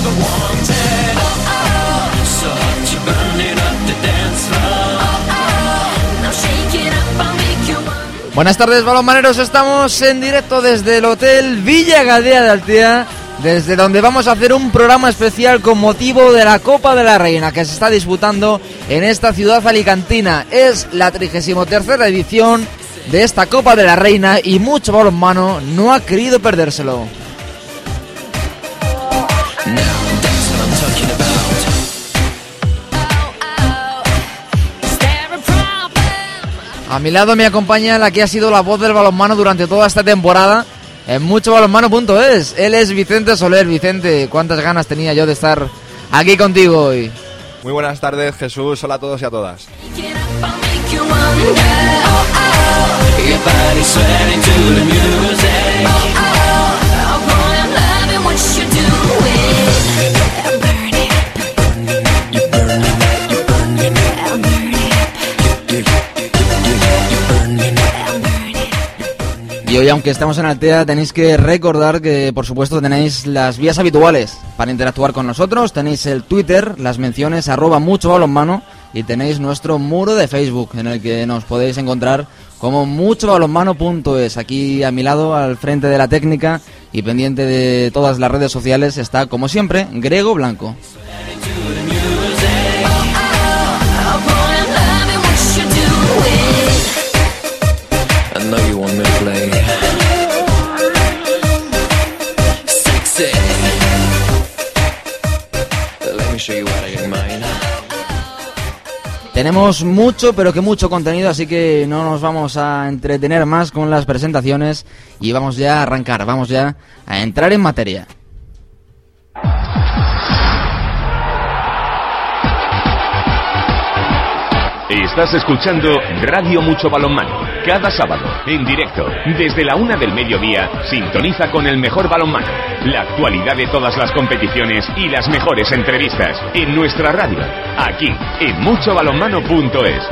Buenas tardes, balonmaneros, estamos en directo desde el Hotel Villa Gadea de Altea, desde donde vamos a hacer un programa especial con motivo de la Copa de la Reina que se está disputando en esta ciudad alicantina. Es la 33ª edición de esta Copa de la Reina y mucho balonmano no ha querido perdérselo. A mi lado me acompaña la que ha sido la voz del balonmano durante toda esta temporada en muchobalonmano.es. Él es Vicente Soler. Vicente, cuántas ganas tenía yo de estar aquí contigo hoy. Muy buenas tardes, Jesús. Hola a todos y a todas. Y hoy, aunque estamos en Altea, tenéis que recordar que, por supuesto, tenéis las vías habituales para interactuar con nosotros. Tenéis el Twitter, las menciones @muchobalonmano, y tenéis nuestro muro de Facebook, en el que nos podéis encontrar como muchobalonmano.es. Aquí a mi lado, al frente de la técnica y pendiente de todas las redes sociales, está, como siempre, Grego Blanco. Tenemos mucho, pero que mucho contenido, así que no nos vamos a entretener más con las presentaciones y vamos ya a arrancar, vamos ya a entrar en materia. Estás escuchando Radio Mucho Balonmano. Cada sábado, en directo, desde la 1 del mediodía, sintoniza con el mejor balonmano, la actualidad de todas las competiciones y las mejores entrevistas en nuestra radio, aquí, en muchobalonmano.es.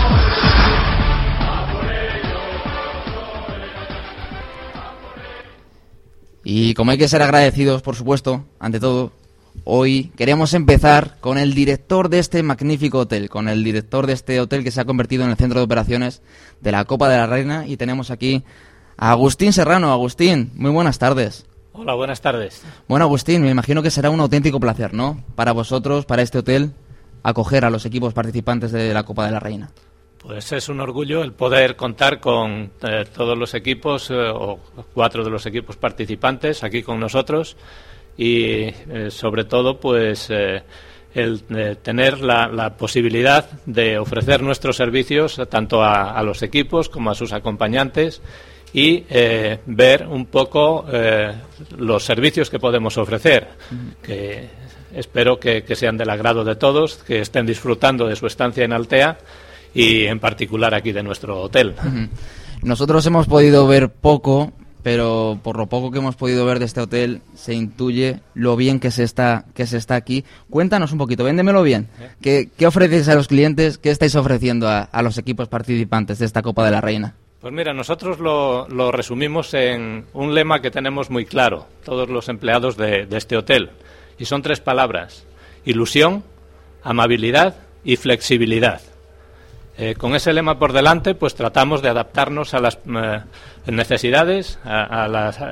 Y como hay que ser agradecidos, por supuesto, ante todo, hoy queremos empezar con el director de este magnífico hotel, con el director de este hotel que se ha convertido en el centro de operaciones de la Copa de la Reina, y tenemos aquí a Agustín Serrano. Agustín, muy buenas tardes. Hola, buenas tardes. Bueno, Agustín, me imagino que será un auténtico placer, ¿no?, para vosotros, para este hotel, acoger a los equipos participantes de la Copa de la Reina. Pues es un orgullo el poder contar con todos los equipos, o 4 de los equipos participantes aquí con nosotros. Y sobre todo pues el tener la posibilidad de ofrecer nuestros servicios tanto a los equipos como a sus acompañantes y ver un poco los servicios que podemos ofrecer, que espero que sean del agrado de todos, que estén disfrutando de su estancia en Altea y en particular aquí de nuestro hotel. Nosotros hemos podido ver poco, pero por lo poco que hemos podido ver de este hotel se intuye lo bien que se está aquí. Cuéntanos un poquito, véndemelo bien. ¿Qué ofrecéis a los clientes? ¿Qué estáis ofreciendo a los equipos participantes de esta Copa de la Reina? Pues mira, nosotros lo resumimos en un lema que tenemos muy claro, todos los empleados de este hotel, y son 3 palabras: ilusión, amabilidad y flexibilidad. Con ese lema por delante, pues tratamos de adaptarnos a las necesidades, a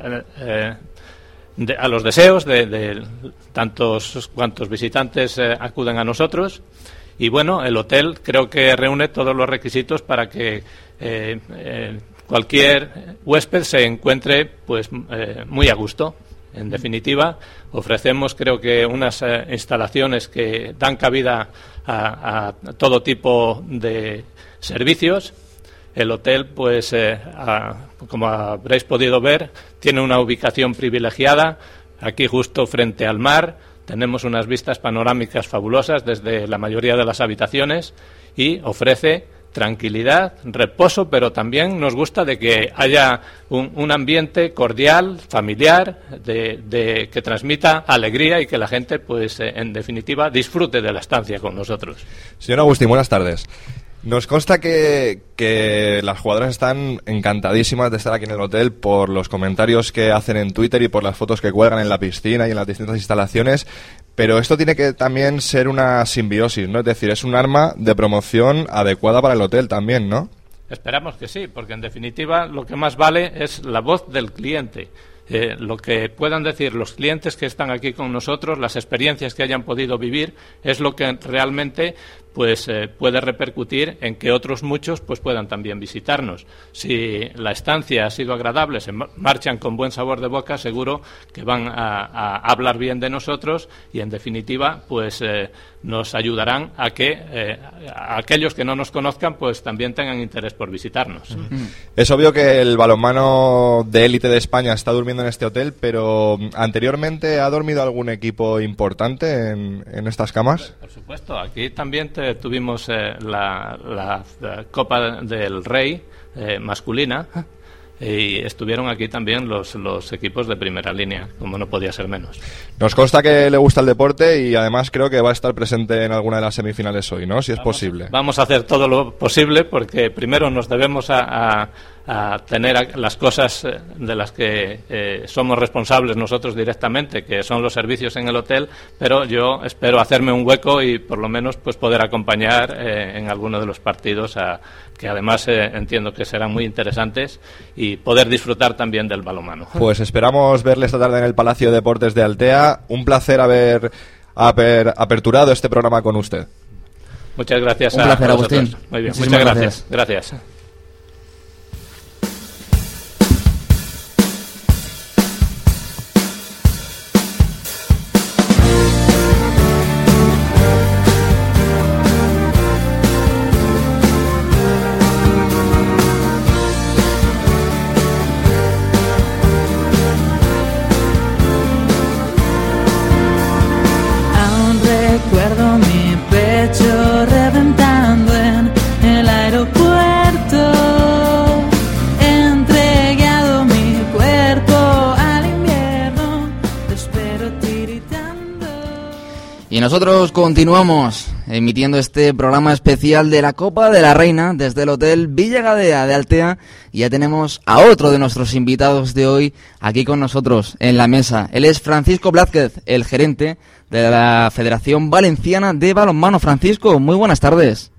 los deseos de tantos cuantos visitantes acuden a nosotros. Y bueno, el hotel creo que reúne todos los requisitos para que cualquier huésped se encuentre pues muy a gusto. En definitiva, ofrecemos, creo que, unas instalaciones que dan cabida a todo tipo de servicios. El hotel, pues, como habréis podido ver, tiene una ubicación privilegiada, aquí justo frente al mar. Tenemos unas vistas panorámicas fabulosas desde la mayoría de las habitaciones y ofrece tranquilidad, reposo, pero también nos gusta de que haya un ambiente cordial, familiar, que transmita alegría y que la gente, pues, en definitiva, disfrute de la estancia con nosotros. Señor Agustín, buenas tardes. Nos consta que las jugadoras están encantadísimas de estar aquí en el hotel por los comentarios que hacen en Twitter y por las fotos que cuelgan en la piscina y en las distintas instalaciones, pero esto tiene que también ser una simbiosis, ¿no? Es decir, es un arma de promoción adecuada para el hotel también, ¿no? Esperamos que sí, porque en definitiva lo que más vale es la voz del cliente. Lo que puedan decir los clientes que están aquí con nosotros, las experiencias que hayan podido vivir, es lo que realmente puede repercutir en que otros muchos puedan también visitarnos. Si la estancia ha sido agradable, se marchan con buen sabor de boca, seguro que van a hablar bien de nosotros y, en definitiva, nos ayudarán a que aquellos que no nos conozcan también tengan interés por visitarnos. Es obvio que el balonmano de élite de España está durmiendo en este hotel, pero anteriormente ¿ha dormido algún equipo importante en estas camas? Por supuesto, aquí también tuvimos la Copa del Rey masculina y estuvieron aquí también los equipos de primera línea, como no podía ser menos. Nos consta que le gusta el deporte y además creo que va a estar presente en alguna de las semifinales hoy, ¿no? Si es posible. Vamos a hacer todo lo posible porque primero nos debemos a tener las cosas de las que somos responsables nosotros directamente, que son los servicios en el hotel, pero yo espero hacerme un hueco y por lo menos poder acompañar en alguno de los partidos, que además entiendo que serán muy interesantes, y poder disfrutar también del balonmano. Pues esperamos verle esta tarde en el Palacio de Deportes de Altea. Un placer haber aperturado este programa con usted. Muchas gracias. Un placer, Agustín. Muy bien, muchas gracias. Gracias. Y nosotros continuamos emitiendo este programa especial de la Copa de la Reina desde el Hotel Villa Gadea de Altea, y ya tenemos a otro de nuestros invitados de hoy aquí con nosotros en la mesa. Él es Francisco Blázquez, el gerente de la Federación Valenciana de Balonmano. Francisco, muy buenas tardes.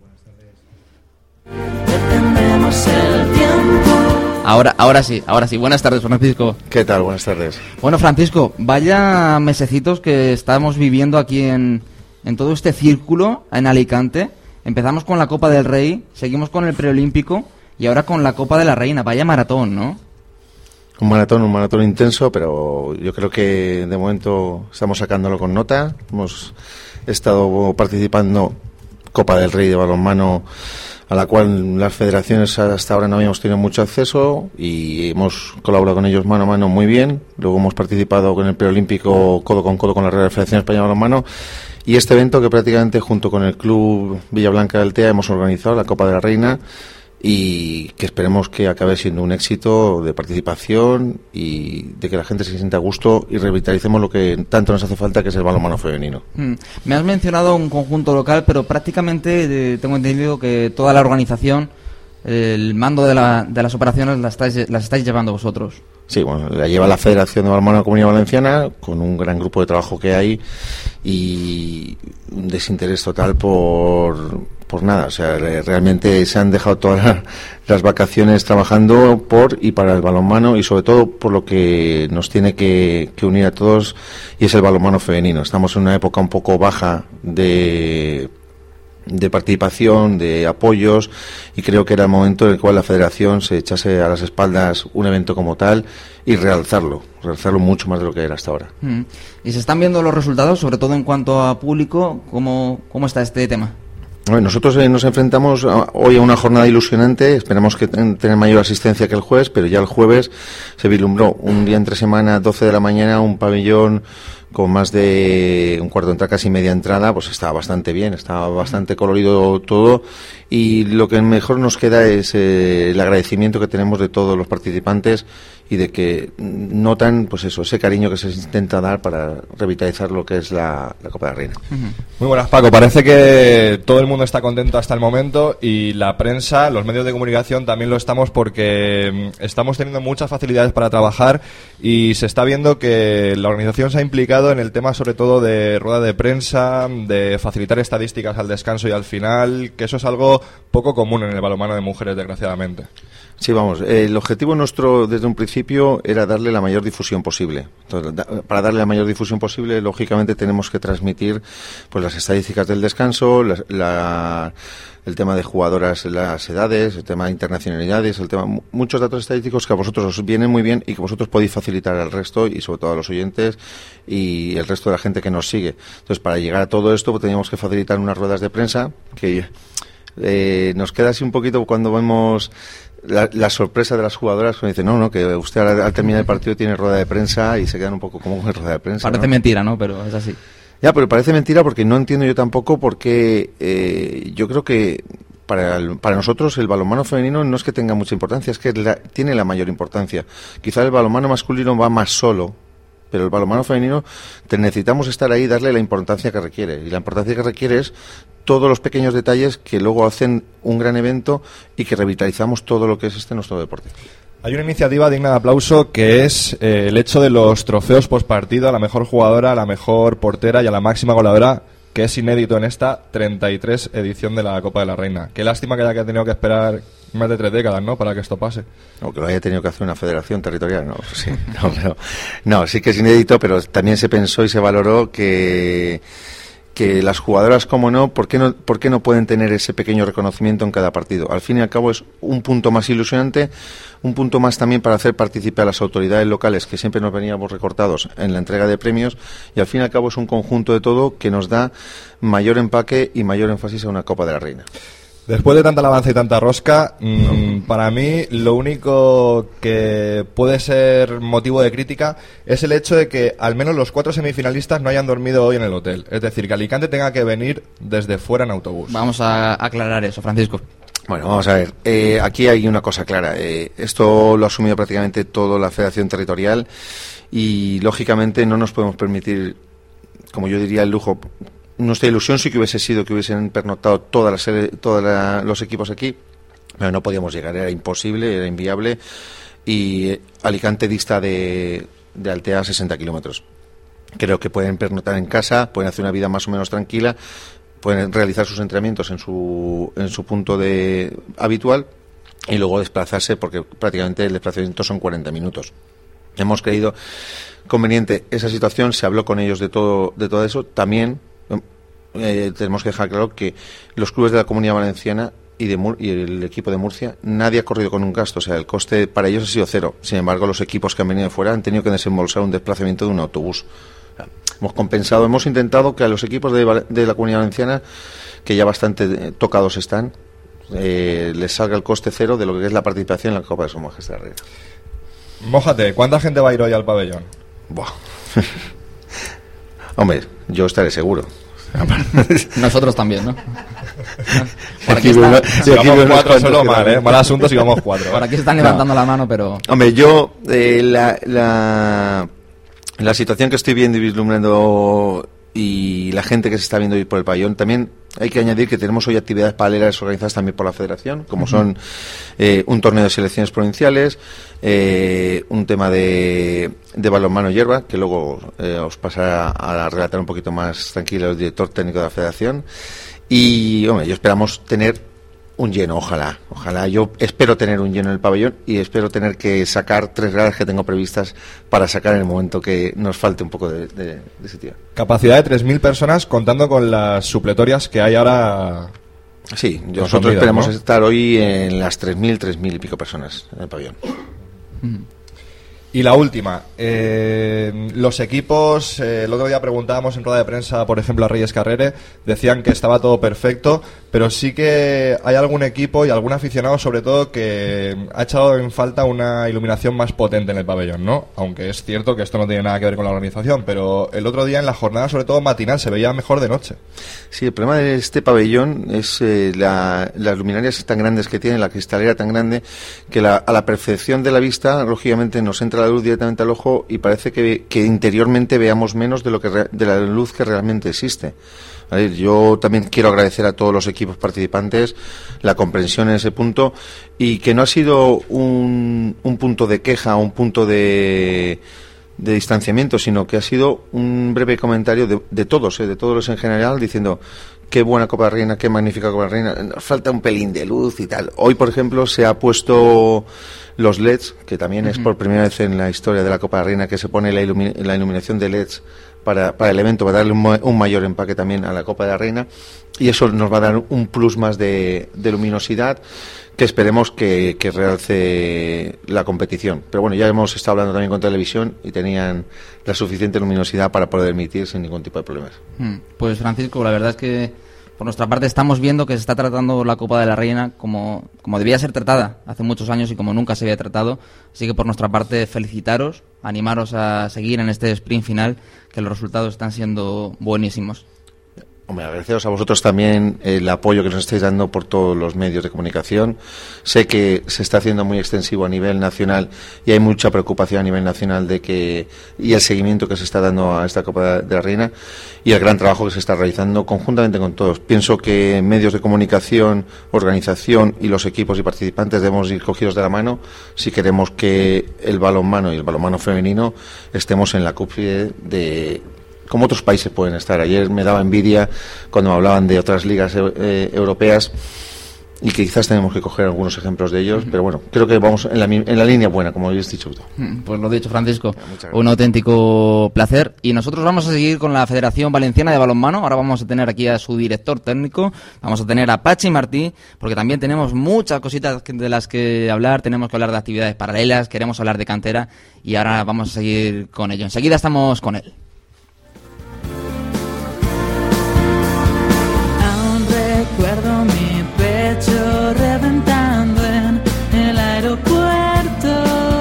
Ahora sí. Buenas tardes, Francisco. ¿Qué tal? Buenas tardes. Bueno, Francisco, vaya mesecitos que estamos viviendo aquí en todo este círculo en Alicante. Empezamos con la Copa del Rey, seguimos con el Preolímpico y ahora con la Copa de la Reina. Vaya maratón, ¿no? Un maratón intenso, pero yo creo que de momento estamos sacándolo con nota. Hemos estado participando Copa del Rey de balonmano, a la cual las federaciones hasta ahora no habíamos tenido mucho acceso, y hemos colaborado con ellos mano a mano muy bien. Luego hemos participado con el Preolímpico codo con la Real Federación Española de Balonmano, y este evento que prácticamente junto con el Club Villablanca de Altea hemos organizado, la Copa de la Reina, y que esperemos que acabe siendo un éxito de participación y de que la gente se sienta a gusto y revitalicemos lo que tanto nos hace falta, que es el balonmano femenino. Me has mencionado un conjunto local, pero prácticamente tengo entendido que toda la organización, el mando de las operaciones las estáis llevando vosotros. Sí, bueno, la lleva la Federación de Balonmano de la Comunidad Valenciana, con un gran grupo de trabajo que hay y un desinterés total por nada. O sea, realmente se han dejado todas las vacaciones trabajando por y para el balonmano, y sobre todo por lo que nos tiene que unir a todos, y es el balonmano femenino. Estamos en una época un poco baja de participación, de apoyos, y creo que era el momento en el cual la Federación se echase a las espaldas un evento como tal y realzarlo mucho más de lo que era hasta ahora. ¿Y se están viendo los resultados, sobre todo en cuanto a público? ¿Cómo está este tema? Bueno, nosotros nos enfrentamos hoy a una jornada ilusionante. Esperamos que tener mayor asistencia que el jueves, pero ya el jueves se vislumbró un día entre semana, 12 de la mañana, un pabellón con más de un cuarto de entrada, casi media entrada, pues estaba bastante bien, estaba bastante colorido todo, y lo que mejor nos queda es el agradecimiento que tenemos de todos los participantes y de que notan, pues eso, ese cariño que se intenta dar para revitalizar lo que es la Copa de la Reina. Muy buenas, Paco. Parece que todo el mundo está contento hasta el momento, y la prensa, los medios de comunicación también lo estamos, porque estamos teniendo muchas facilidades para trabajar, y se está viendo que la organización se ha implicado en el tema, sobre todo de rueda de prensa, de facilitar estadísticas al descanso y al final, que eso es algo poco común en el balonmano de mujeres, desgraciadamente. Sí, vamos, el objetivo nuestro desde un principio era darle la mayor difusión posible. Entonces, para darle la mayor difusión posible, lógicamente tenemos que transmitir pues las estadísticas del descanso, el tema de jugadoras, las edades, el tema de internacionalidades, muchos datos estadísticos que a vosotros os vienen muy bien y que vosotros podéis facilitar al resto y sobre todo a los oyentes y el resto de la gente que nos sigue. Entonces, para llegar a todo esto, pues, teníamos que facilitar unas ruedas de prensa que nos queda así un poquito cuando vemos la sorpresa de las jugadoras cuando dicen no, que usted al terminar el partido tiene rueda de prensa, y se quedan un poco como con rueda de prensa. Parece mentira, ¿no? Pero es así. Ya, pero parece mentira porque no entiendo yo tampoco porque yo creo que para nosotros el balonmano femenino no es que tenga mucha importancia, es que tiene la mayor importancia. Quizá el balonmano masculino va más solo, pero el balonmano femenino necesitamos estar ahí y darle la importancia que requiere. Y la importancia que requiere es todos los pequeños detalles que luego hacen un gran evento y que revitalizamos todo lo que es nuestro deporte. Hay una iniciativa digna de aplauso, que es el hecho de los trofeos postpartido a la mejor jugadora, a la mejor portera y a la máxima goleadora, que es inédito en esta 33 edición de la Copa de la Reina. Qué lástima que haya tenido que esperar más de 3 décadas, ¿no?, para que esto pase. O que lo haya tenido que hacer una federación territorial, ¿no? Sí, sí que es inédito, pero también se pensó y se valoró que las jugadoras, como no, ¿por qué no pueden tener ese pequeño reconocimiento en cada partido? Al fin y al cabo es un punto más ilusionante, un punto más también para hacer participar a las autoridades locales, que siempre nos veníamos recortados en la entrega de premios, y al fin y al cabo es un conjunto de todo que nos da mayor empaque y mayor énfasis a una Copa de la Reina. Después de tanta alabanza y tanta rosca, para mí lo único que puede ser motivo de crítica es el hecho de que al menos los 4 semifinalistas no hayan dormido hoy en el hotel. Es decir, que Alicante tenga que venir desde fuera en autobús. Vamos a aclarar eso, Francisco. Bueno, vamos a ver. Aquí hay una cosa clara. Esto lo ha asumido prácticamente toda la Federación Territorial y, lógicamente, no nos podemos permitir, como yo diría, el lujo. Nuestra ilusión sí que hubiese sido que hubiesen pernoctado todos los equipos aquí, pero no podíamos llegar, era imposible, era inviable, y Alicante dista de Altea 60 kilómetros. Creo que pueden pernoctar en casa, pueden hacer una vida más o menos tranquila, pueden realizar sus entrenamientos en su punto habitual y luego desplazarse, porque prácticamente el desplazamiento son 40 minutos. Hemos creído conveniente esa situación, se habló con ellos de todo eso. También tenemos que dejar claro que los clubes de la Comunidad Valenciana y el equipo de Murcia, nadie ha corrido con un gasto, o sea, el coste para ellos ha sido cero. Sin embargo, los equipos que han venido de fuera han tenido que desembolsar un desplazamiento de un autobús. O sea, hemos compensado, hemos intentado que a los equipos de la Comunidad Valenciana, que ya bastante tocados están, les salga el coste cero de lo que es la participación en la Copa de Su Majestad Reina. Mójate, ¿cuánta gente va a ir hoy al pabellón? Buah. Hombre, yo estaré seguro. Nosotros también, ¿no? Por aquí si vamos 4 solo mal, mal asunto si vamos 4. Por aquí se están levantando la mano, pero... Hombre, yo la situación que estoy viendo y vislumbrando y la gente que se está viendo hoy por el pabellón, también hay que añadir que tenemos hoy actividades paralelas organizadas también por la Federación, como son un torneo de selecciones provinciales, un tema de balonmano hierba, que luego os pasará a relatar un poquito más tranquilo el director técnico de la Federación. Y, hombre, yo esperamos tener un lleno, ojalá. Yo espero tener un lleno en el pabellón y espero tener que sacar 3 gradas que tengo previstas para sacar en el momento que nos falte un poco de ese tío. Capacidad de 3.000 personas contando con las supletorias que hay ahora. Sí, nosotros esperamos, ¿no?, estar hoy en las 3.000 y pico personas en el pabellón. Y la última, los equipos, el otro día preguntábamos en rueda de prensa, por ejemplo, a Reyes Carrere, decían que estaba todo perfecto, pero sí que hay algún equipo y algún aficionado sobre todo que ha echado en falta una iluminación más potente en el pabellón, ¿no? Aunque es cierto que esto no tiene nada que ver con la organización, pero el otro día en la jornada, sobre todo matinal, se veía mejor de noche. Sí, el problema de este pabellón es las luminarias tan grandes que tiene, la cristalera tan grande, que a la percepción de la vista, lógicamente, nos entra la luz directamente al ojo y parece que interiormente veamos menos de la luz que realmente existe. ¿Vale? Yo también quiero agradecer a todos los equipos participantes la comprensión en ese punto, y que no ha sido un punto de queja, un punto de distanciamiento, sino que ha sido un breve comentario de todos en general, diciendo: qué buena Copa de Reina, qué magnífica Copa de Reina, nos falta un pelín de luz y tal. Hoy, por ejemplo, se ha puesto los LEDs, que también es por primera vez en la historia de la Copa de Reina que se pone la iluminación de LEDs para el evento, para darle un mayor empaque también a la Copa de la Reina, y eso nos va a dar un plus más de luminosidad que esperemos que realce la competición. Pero bueno, ya hemos estado hablando también con televisión y tenían la suficiente luminosidad para poder emitir sin ningún tipo de problemas. Pues Francisco, la verdad es que por nuestra parte estamos viendo que se está tratando la Copa de la Reina como debía ser tratada hace muchos años y como nunca se había tratado. Así que por nuestra parte felicitaros, animaros a seguir en este sprint final, que los resultados están siendo buenísimos. Hombre, agradeceros a vosotros también el apoyo que nos estáis dando por todos los medios de comunicación. Sé que se está haciendo muy extensivo a nivel nacional y hay mucha preocupación a nivel nacional y el seguimiento que se está dando a esta Copa de la Reina y el gran trabajo que se está realizando conjuntamente con todos. Pienso que medios de comunicación, organización y los equipos y participantes debemos ir cogidos de la mano si queremos que el balonmano y el balonmano femenino estemos en la cúspide de como otros países pueden estar. Ayer me daba envidia cuando me hablaban de otras ligas europeas, y que quizás tenemos que coger algunos ejemplos de ellos, pero bueno, creo que vamos en la línea buena, como habéis dicho tú. Pues lo dicho, Francisco, un auténtico placer. Y nosotros vamos a seguir con la Federación Valenciana de Balonmano. Ahora vamos a tener aquí a su director técnico, vamos a tener a Pachi Martí, porque también tenemos muchas cositas de las que hablar. Tenemos que hablar de actividades paralelas, queremos hablar de cantera, y ahora vamos a seguir con ello. Enseguida estamos con él. Recuerdo mi pecho reventando en el aeropuerto,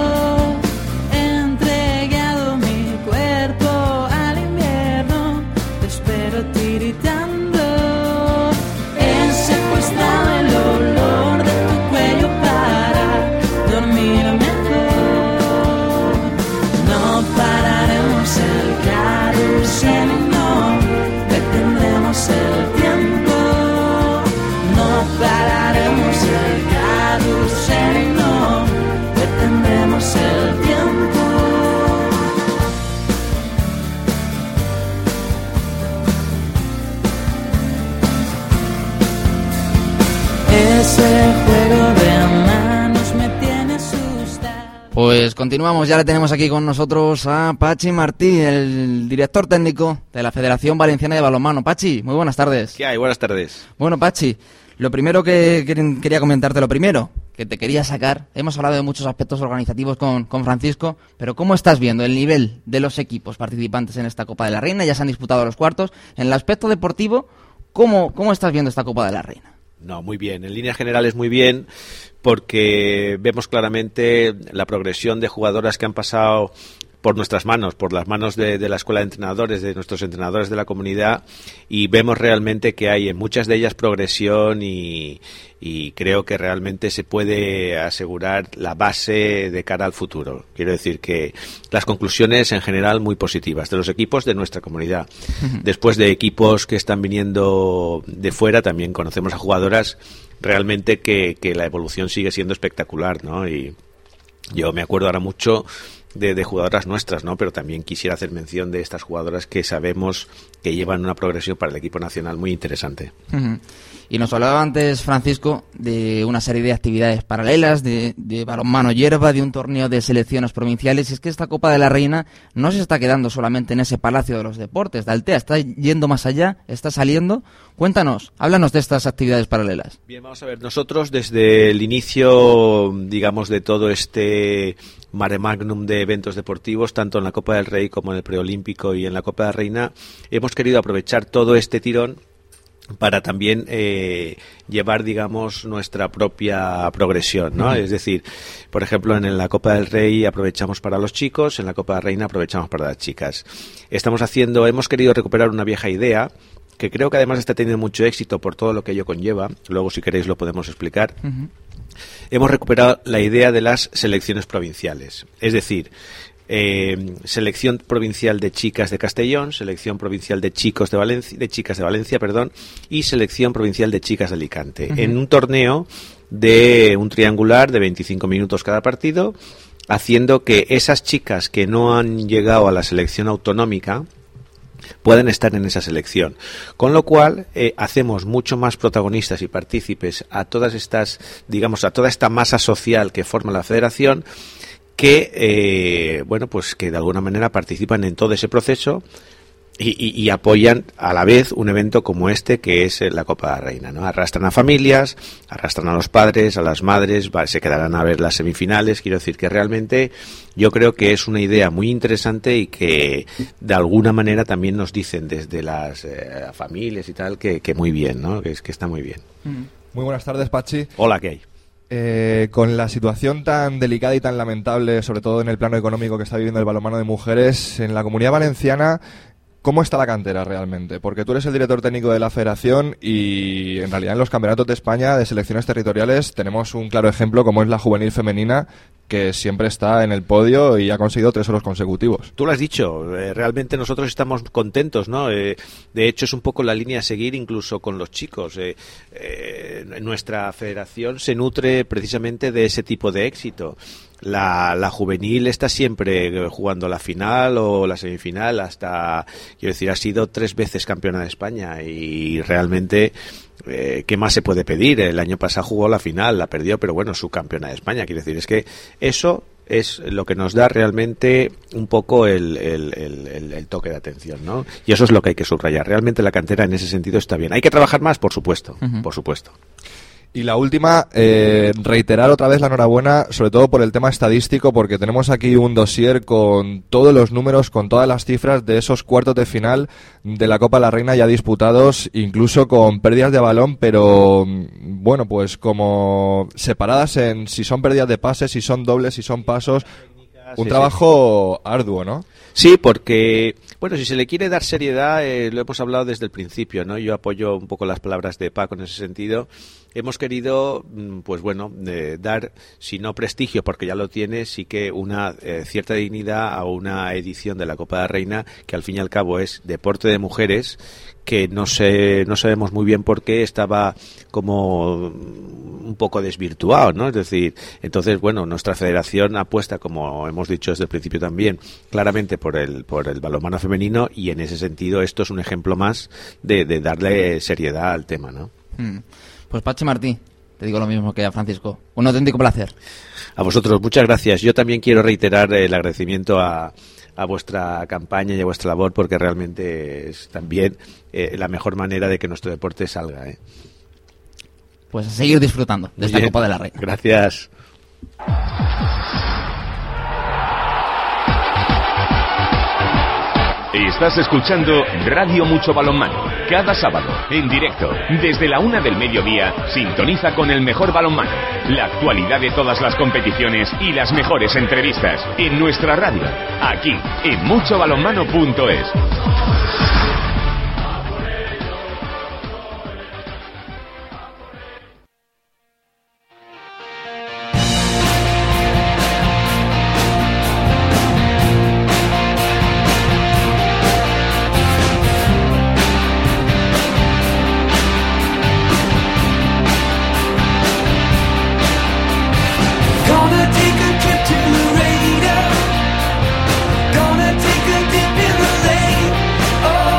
entregado mi cuerpo al invierno, te espero tiritando, he secuestrado el olor de tu cuello para dormir mejor, no pararemos el carrusel, no detendremos el tiempo. Pararemos el carrusel, no detendremos el tiempo. Ese juego de manos me tiene asustado. Pues continuamos, ya le tenemos aquí con nosotros a Pachi Martí, el director técnico de la Federación Valenciana de Balonmano. Pachi, muy buenas tardes. ¿Qué hay? Buenas tardes. Bueno, Pachi, lo primero que quería comentarte, que te quería sacar, hemos hablado de muchos aspectos organizativos con Francisco, pero ¿cómo estás viendo el nivel de los equipos participantes en esta Copa de la Reina? Ya se han disputado los cuartos. En el aspecto deportivo, ¿cómo estás viendo esta Copa de la Reina? No, muy bien. En líneas generales muy bien, porque vemos claramente la progresión de jugadoras que han pasado por nuestras manos, por las manos de la escuela de entrenadores, de nuestros entrenadores de la comunidad, y vemos realmente que hay en muchas de ellas progresión y creo que realmente se puede asegurar la base de cara al futuro. Quiero decir que las conclusiones en general muy positivas de los equipos de nuestra comunidad. Después de equipos que están viniendo de fuera, también conocemos a jugadoras realmente que la evolución sigue siendo espectacular, ¿no? Y yo me acuerdo ahora mucho de jugadoras nuestras, ¿no? Pero también quisiera hacer mención de estas jugadoras que sabemos que llevan una progresión para el equipo nacional muy interesante. Y nos hablaba antes Francisco de una serie de actividades paralelas, de balonmano hierba, de un torneo de selecciones provinciales, y es que esta Copa de la Reina no se está quedando solamente en ese Palacio de los Deportes de Altea, está yendo más allá, está saliendo. Cuéntanos, háblanos de estas actividades paralelas. Bien, vamos a ver, nosotros desde el inicio, digamos, de todo este mare magnum de eventos deportivos, tanto en la Copa del Rey como en el Preolímpico y en la Copa de la Reina. Hemos querido aprovechar todo este tirón para también llevar, digamos, nuestra propia progresión, ¿no? Es decir, por ejemplo, en la Copa del Rey aprovechamos para los chicos, en la Copa de la Reina aprovechamos para las chicas. Hemos querido recuperar una vieja idea, que creo que además está teniendo mucho éxito por todo lo que ello conlleva. Luego, si queréis, lo podemos explicar. Hemos recuperado la idea de las selecciones provinciales. Es decir, selección provincial de chicas de Castellón, selección provincial de chicas de Valencia, y selección provincial de chicas de Alicante. En un torneo de un triangular de 25 minutos cada partido, haciendo que esas chicas que no han llegado a la selección autonómica pueden estar en esa selección, con lo cual hacemos mucho más protagonistas y partícipes a todas estas, digamos, a toda esta masa social que forma la federación, que pues que de alguna manera participan en todo ese proceso y apoyan a la vez un evento como este, que es la Copa de la Reina, ¿no? Arrastran a familias, arrastran a los padres, a las madres, se quedarán a ver las semifinales. Quiero decir que realmente yo creo que es una idea muy interesante y que de alguna manera también nos dicen desde las familias y tal que muy bien, ¿no? Que está muy bien. Muy buenas tardes, Pachi. Hola, ¿qué hay? Con la situación tan delicada y tan lamentable, sobre todo en el plano económico que está viviendo el balonmano de mujeres, en la Comunidad Valenciana, ¿cómo está la cantera realmente? Porque tú eres el director técnico de la federación y en realidad en los campeonatos de España de selecciones territoriales tenemos un claro ejemplo como es la juvenil femenina, que siempre está en el podio y ha conseguido 3 oros consecutivos. Tú lo has dicho, realmente nosotros estamos contentos, ¿no? De hecho es un poco la línea a seguir incluso con los chicos. Nuestra federación se nutre precisamente de ese tipo de éxito. La juvenil está siempre jugando la final o la semifinal hasta, quiero decir, ha sido 3 veces campeona de España y realmente ¿qué más se puede pedir? El año pasado jugó la final, la perdió, pero bueno, su campeona de España. Quiero decir, es que eso es lo que nos da realmente un poco el toque de atención, ¿no? Y eso es lo que hay que subrayar. Realmente la cantera en ese sentido está bien. ¿Hay que trabajar más? Por supuesto, por supuesto. Y la última, reiterar otra vez la enhorabuena, sobre todo por el tema estadístico, porque tenemos aquí un dossier con todos los números, con todas las cifras de esos cuartos de final de la Copa de la Reina ya disputados, incluso con pérdidas de balón, pero bueno, pues como separadas en si son pérdidas de pases, si son dobles, si son pasos. Un trabajo arduo, ¿no? Sí, porque, bueno, si se le quiere dar seriedad, lo hemos hablado desde el principio, ¿no? Yo apoyo un poco las palabras de Paco en ese sentido. Hemos querido, pues bueno, dar, si no prestigio, porque ya lo tiene, sí que una cierta dignidad a una edición de la Copa de la Reina, que al fin y al cabo es deporte de mujeres, que no sabemos muy bien por qué estaba como un poco desvirtuado, ¿no? Es decir, entonces, bueno, nuestra federación apuesta, como hemos dicho desde el principio también, claramente por el balonmano femenino, y en ese sentido esto es un ejemplo más de darle seriedad al tema, ¿no? Pues Pachi Martí, te digo lo mismo que a Francisco. Un auténtico placer. A vosotros, muchas gracias. Yo también quiero reiterar el agradecimiento a vuestra campaña y a vuestra labor, porque realmente es también la mejor manera de que nuestro deporte salga, ¿eh? Pues a seguir disfrutando de esta Copa de la Reina. Gracias. Estás escuchando Radio Mucho Balonmano. Cada sábado, en directo, desde la 1 del mediodía, sintoniza con el mejor balonmano, la actualidad de todas las competiciones y las mejores entrevistas en nuestra radio, aquí en muchobalonmano.es. Oh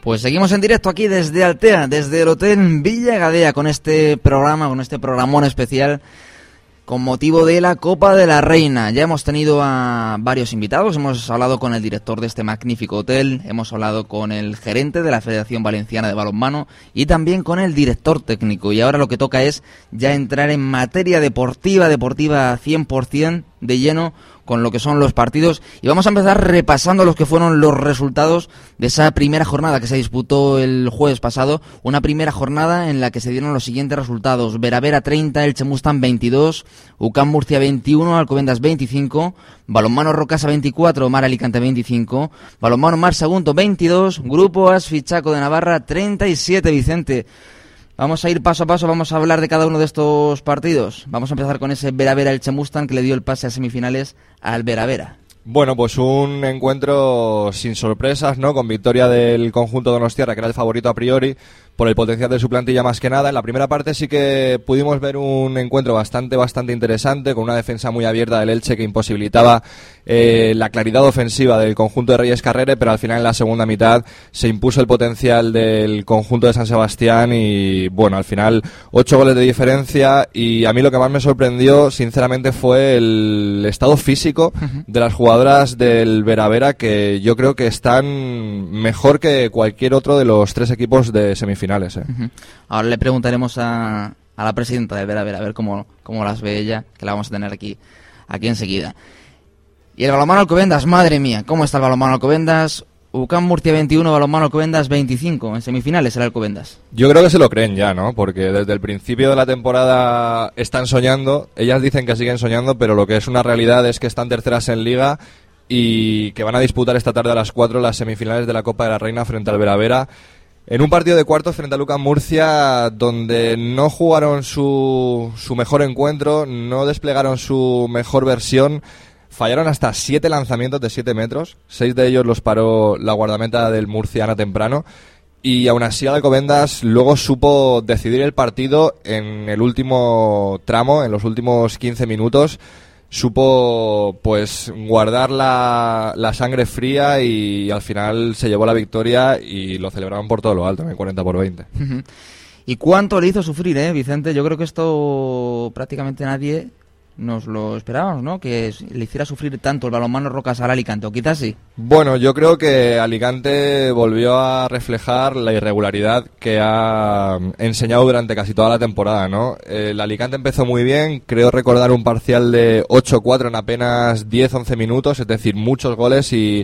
Pues seguimos en directo aquí desde Altea, desde el Hotel Villa Gadea, con este programa, con este programón especial con motivo de la Copa de la Reina. Ya hemos tenido a varios invitados, hemos hablado con el director de este magnífico hotel, hemos hablado con el gerente de la Federación Valenciana de Balonmano y también con el director técnico. Y ahora lo que toca es ya entrar en materia deportiva 100% de lleno con lo que son los partidos, y vamos a empezar repasando los que fueron los resultados de esa primera jornada que se disputó el jueves pasado, una primera jornada en la que se dieron los siguientes resultados: Veravera 30, Elche Mustang 22, UCAM Murcia 21, Alcobendas 25, Balonmano Rocasa 24, Mar Alicante 25, Balonmano Mar Sagunto 22, Grupo Asfi Chaco de Navarra 37, Vicente. Vamos a ir paso a paso, vamos a hablar de cada uno de estos partidos. Vamos a empezar con ese Veravera Elche Mustang que le dio el pase a semifinales al Veravera. Bueno, pues un encuentro sin sorpresas, ¿no? Con victoria del conjunto donostiarra, que era el favorito a priori, por el potencial de su plantilla más que nada. En la primera parte sí que pudimos ver un encuentro bastante interesante, con una defensa muy abierta del Elche que imposibilitaba la claridad ofensiva del conjunto de Reyes Carrere, pero al final en la segunda mitad se impuso el potencial del conjunto de San Sebastián y, bueno, al final 8 goles de diferencia. Y a mí lo que más me sorprendió, sinceramente, fue el estado físico de las jugadoras del Veravera, que yo creo que están mejor que cualquier otro de los 3 equipos de semifinales. Ahora le preguntaremos a la presidenta del Veravera a ver cómo las ve ella, que la vamos a tener aquí enseguida. Y el balonmano Alcobendas, madre mía, ¿cómo está el balonmano Alcobendas? UCAM Murcia 21, balonmano Alcobendas 25, en semifinales el Alcobendas. Yo creo que se lo creen ya, ¿no? Porque desde el principio de la temporada están soñando, ellas dicen que siguen soñando, pero lo que es una realidad es que están terceras en Liga y que van a disputar esta tarde a las 4 las semifinales de la Copa de la Reina frente al Veravera, en un partido de cuartos frente al UCAM Murcia, donde no jugaron su mejor encuentro, no desplegaron su mejor versión. Fallaron hasta 7 lanzamientos de 7 metros, 6 de ellos los paró la guardameta del Murcia Ana Temprano, y aún así Alcobendas luego supo decidir el partido en el último tramo, en los últimos 15 minutos, supo pues guardar la sangre fría y al final se llevó la victoria y lo celebraron por todo lo alto, en el 40-20. ¿Y cuánto le hizo sufrir, Vicente? Yo creo que esto prácticamente nadie nos lo esperábamos, ¿no? Que le hiciera sufrir tanto el balonmano Rocasa al Alicante, o quizás sí. Bueno, yo creo que Alicante volvió a reflejar la irregularidad que ha enseñado durante casi toda la temporada, ¿no? El Alicante empezó muy bien, creo recordar un parcial de 8-4 en apenas 10-11 minutos, es decir, muchos goles y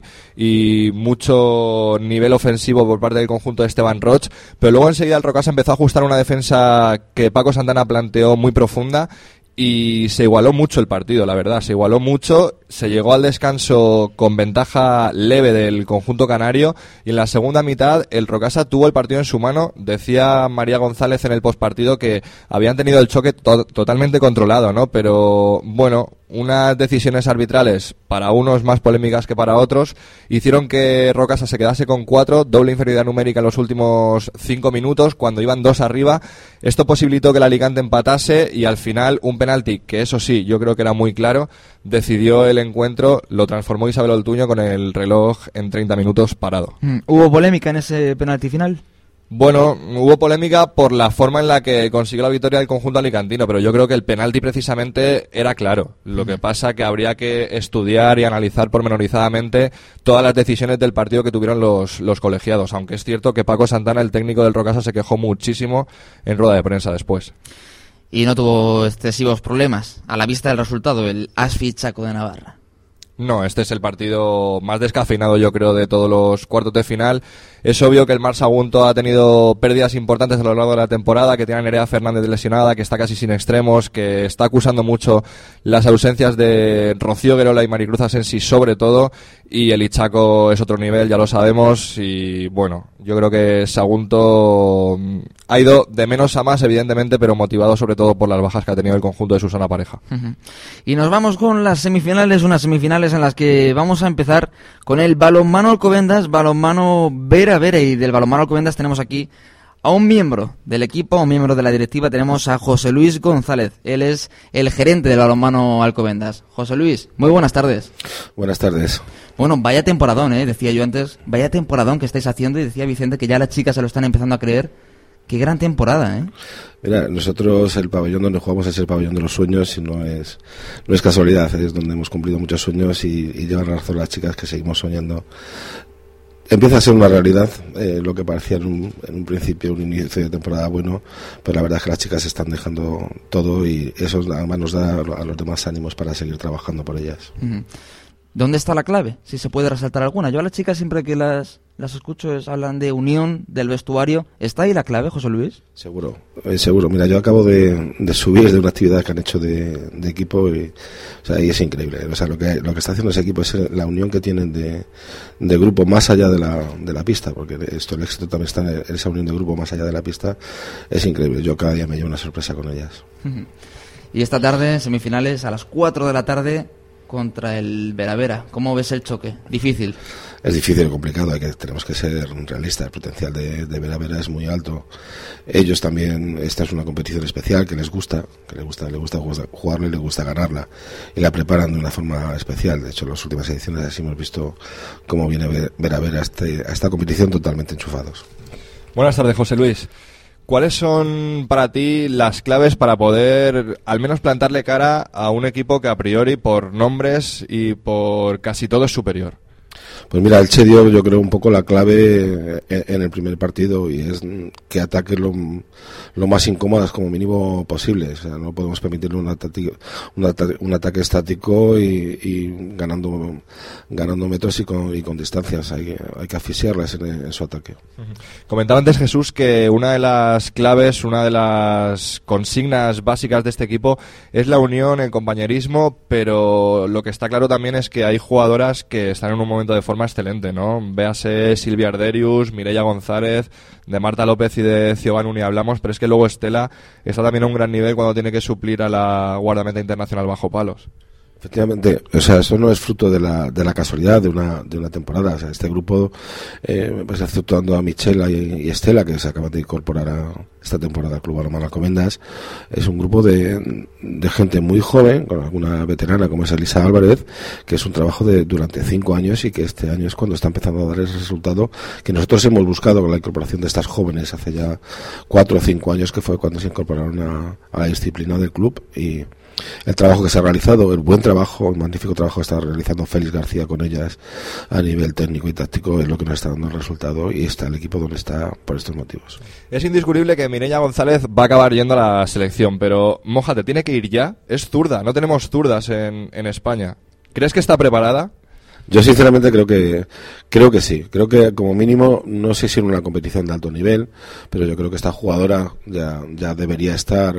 mucho nivel ofensivo por parte del conjunto de Esteban Roch, pero luego enseguida el Rocasa empezó a ajustar una defensa que Paco Santana planteó muy profunda, y se igualó mucho el partido, la verdad, se igualó mucho, se llegó al descanso con ventaja leve del conjunto canario y en la segunda mitad el Rocasa tuvo el partido en su mano. Decía María González en el postpartido que habían tenido el choque totalmente controlado, ¿no? Pero bueno, unas decisiones arbitrales, para unos más polémicas que para otros, hicieron que Rocasa se quedase con 4, doble inferioridad numérica en los últimos 5 minutos, cuando iban 2 arriba. Esto posibilitó que el Alicante empatase y al final un penalti, que eso sí, yo creo que era muy claro, decidió el encuentro, lo transformó Isabel Oltuño con el reloj en 30 minutos parado. ¿Hubo polémica en ese penalti final? Bueno, hubo polémica por la forma en la que consiguió la victoria del conjunto alicantino, pero yo creo que el penalti precisamente era claro. Lo que pasa que habría que estudiar y analizar pormenorizadamente todas las decisiones del partido que tuvieron los colegiados, aunque es cierto que Paco Santana, el técnico del Rocasa, se quejó muchísimo en rueda de prensa después. Y no tuvo excesivos problemas a la vista del resultado, el Asfi Chaco de Navarra. No, este es el partido más descafeinado, yo creo, de todos los cuartos de final. Es obvio que el Mar Sagunto ha tenido pérdidas importantes a lo largo de la temporada, que tiene a Nerea Fernández lesionada, que está casi sin extremos, que está acusando mucho las ausencias de Rocío Guerola y Maricruz Asensi sobre todo, y el Ichaco es otro nivel, ya lo sabemos, y bueno, yo creo que Sagunto ha ido de menos a más, evidentemente, pero motivado sobre todo por las bajas que ha tenido el conjunto de Susana Pareja. Y nos vamos con las semifinales, unas semifinales en las que vamos a empezar con el balonmano Alcobendas, balonmano Veravera, y del balonmano Alcobendas tenemos aquí a un miembro del equipo, a un miembro de la directiva. Tenemos a José Luis González. Él es el gerente del balonmano Alcobendas. José Luis, muy buenas tardes. Buenas tardes. Bueno, vaya temporadón, decía yo antes. Vaya temporadón que estáis haciendo, y decía Vicente que ya las chicas se lo están empezando a creer. Qué gran temporada, Mira, nosotros el pabellón donde jugamos es el pabellón de los sueños y no es casualidad, es donde hemos cumplido muchos sueños y llevan razón las chicas que seguimos soñando. Empieza a ser una realidad, lo que parecía en un principio un inicio de temporada bueno, pero la verdad es que las chicas están dejando todo y eso además nos da a los demás ánimos para seguir trabajando por ellas. Uh-huh. ¿Dónde está la clave? Si se puede resaltar alguna. Yo a las chicas siempre que las escucho hablan de unión, del vestuario. ¿Está ahí la clave, José Luis? Seguro. Mira, yo acabo de subir de una actividad que han hecho de equipo y es increíble. O sea, lo que está haciendo ese equipo es la unión que tienen de grupo más allá de la pista, porque el éxito también está en esa unión de grupo más allá de la pista. Es increíble. Yo cada día me llevo una sorpresa con ellas. Y esta tarde, semifinales, a las 4 de la tarde, contra el Vera. ¿Cómo ves el choque? ¿Difícil? Es difícil y complicado, tenemos que ser realistas. El potencial de Vera es muy alto. Ellos también, esta es una competición especial que les gusta jugarla y les gusta ganarla. Y la preparan de una forma especial. De hecho, en las últimas ediciones así hemos visto cómo viene Vera a esta competición totalmente enchufados. Buenas tardes, José Luis. ¿Cuáles son para ti las claves para poder al menos plantarle cara a un equipo que a priori por nombres y por casi todo es superior? Pues mira, el Chedio yo creo un poco la clave en el primer partido y es que ataque lo más incómodas como mínimo posible. O sea, no podemos permitirle un ataque estático y ganando metros y con distancias. Hay que asfixiarlas en su ataque. Comentaba antes Jesús que una de las claves, una de las consignas básicas de este equipo es la unión, el compañerismo, pero lo que está claro también es que hay jugadoras que están en un momento de forma excelente, ¿no? Véase Silvia Arderius, Mireia González, de Marta López y de Ciobanu ni hablamos, pero es que luego Estela está también a un gran nivel cuando tiene que suplir a la guardameta internacional bajo palos. Efectivamente, o sea, eso no es fruto de la casualidad de una temporada. O sea, este grupo, pues exceptuando a Michela y Estela, que se acaban de incorporar a esta temporada al Club Balonmano Alcobendas, es un grupo de gente muy joven, con alguna veterana como es Elisa Álvarez, que es un trabajo durante 5 años y que este año es cuando está empezando a dar ese resultado que nosotros hemos buscado con la incorporación de estas jóvenes hace ya 4 o 5 años, que fue cuando se incorporaron a la disciplina del club. Y el trabajo que se ha realizado, el buen trabajo, el magnífico trabajo que está realizando Félix García con ellas a nivel técnico y táctico es lo que nos está dando el resultado y está el equipo donde está por estos motivos. Es indiscutible que Mireia González va a acabar yendo a la selección, pero mójate, tiene que ir ya. Es zurda, no tenemos zurdas en España. ¿Crees que está preparada? Yo sinceramente creo que sí. Creo que como mínimo, no sé si en una competición de alto nivel, pero yo creo que esta jugadora ya debería estar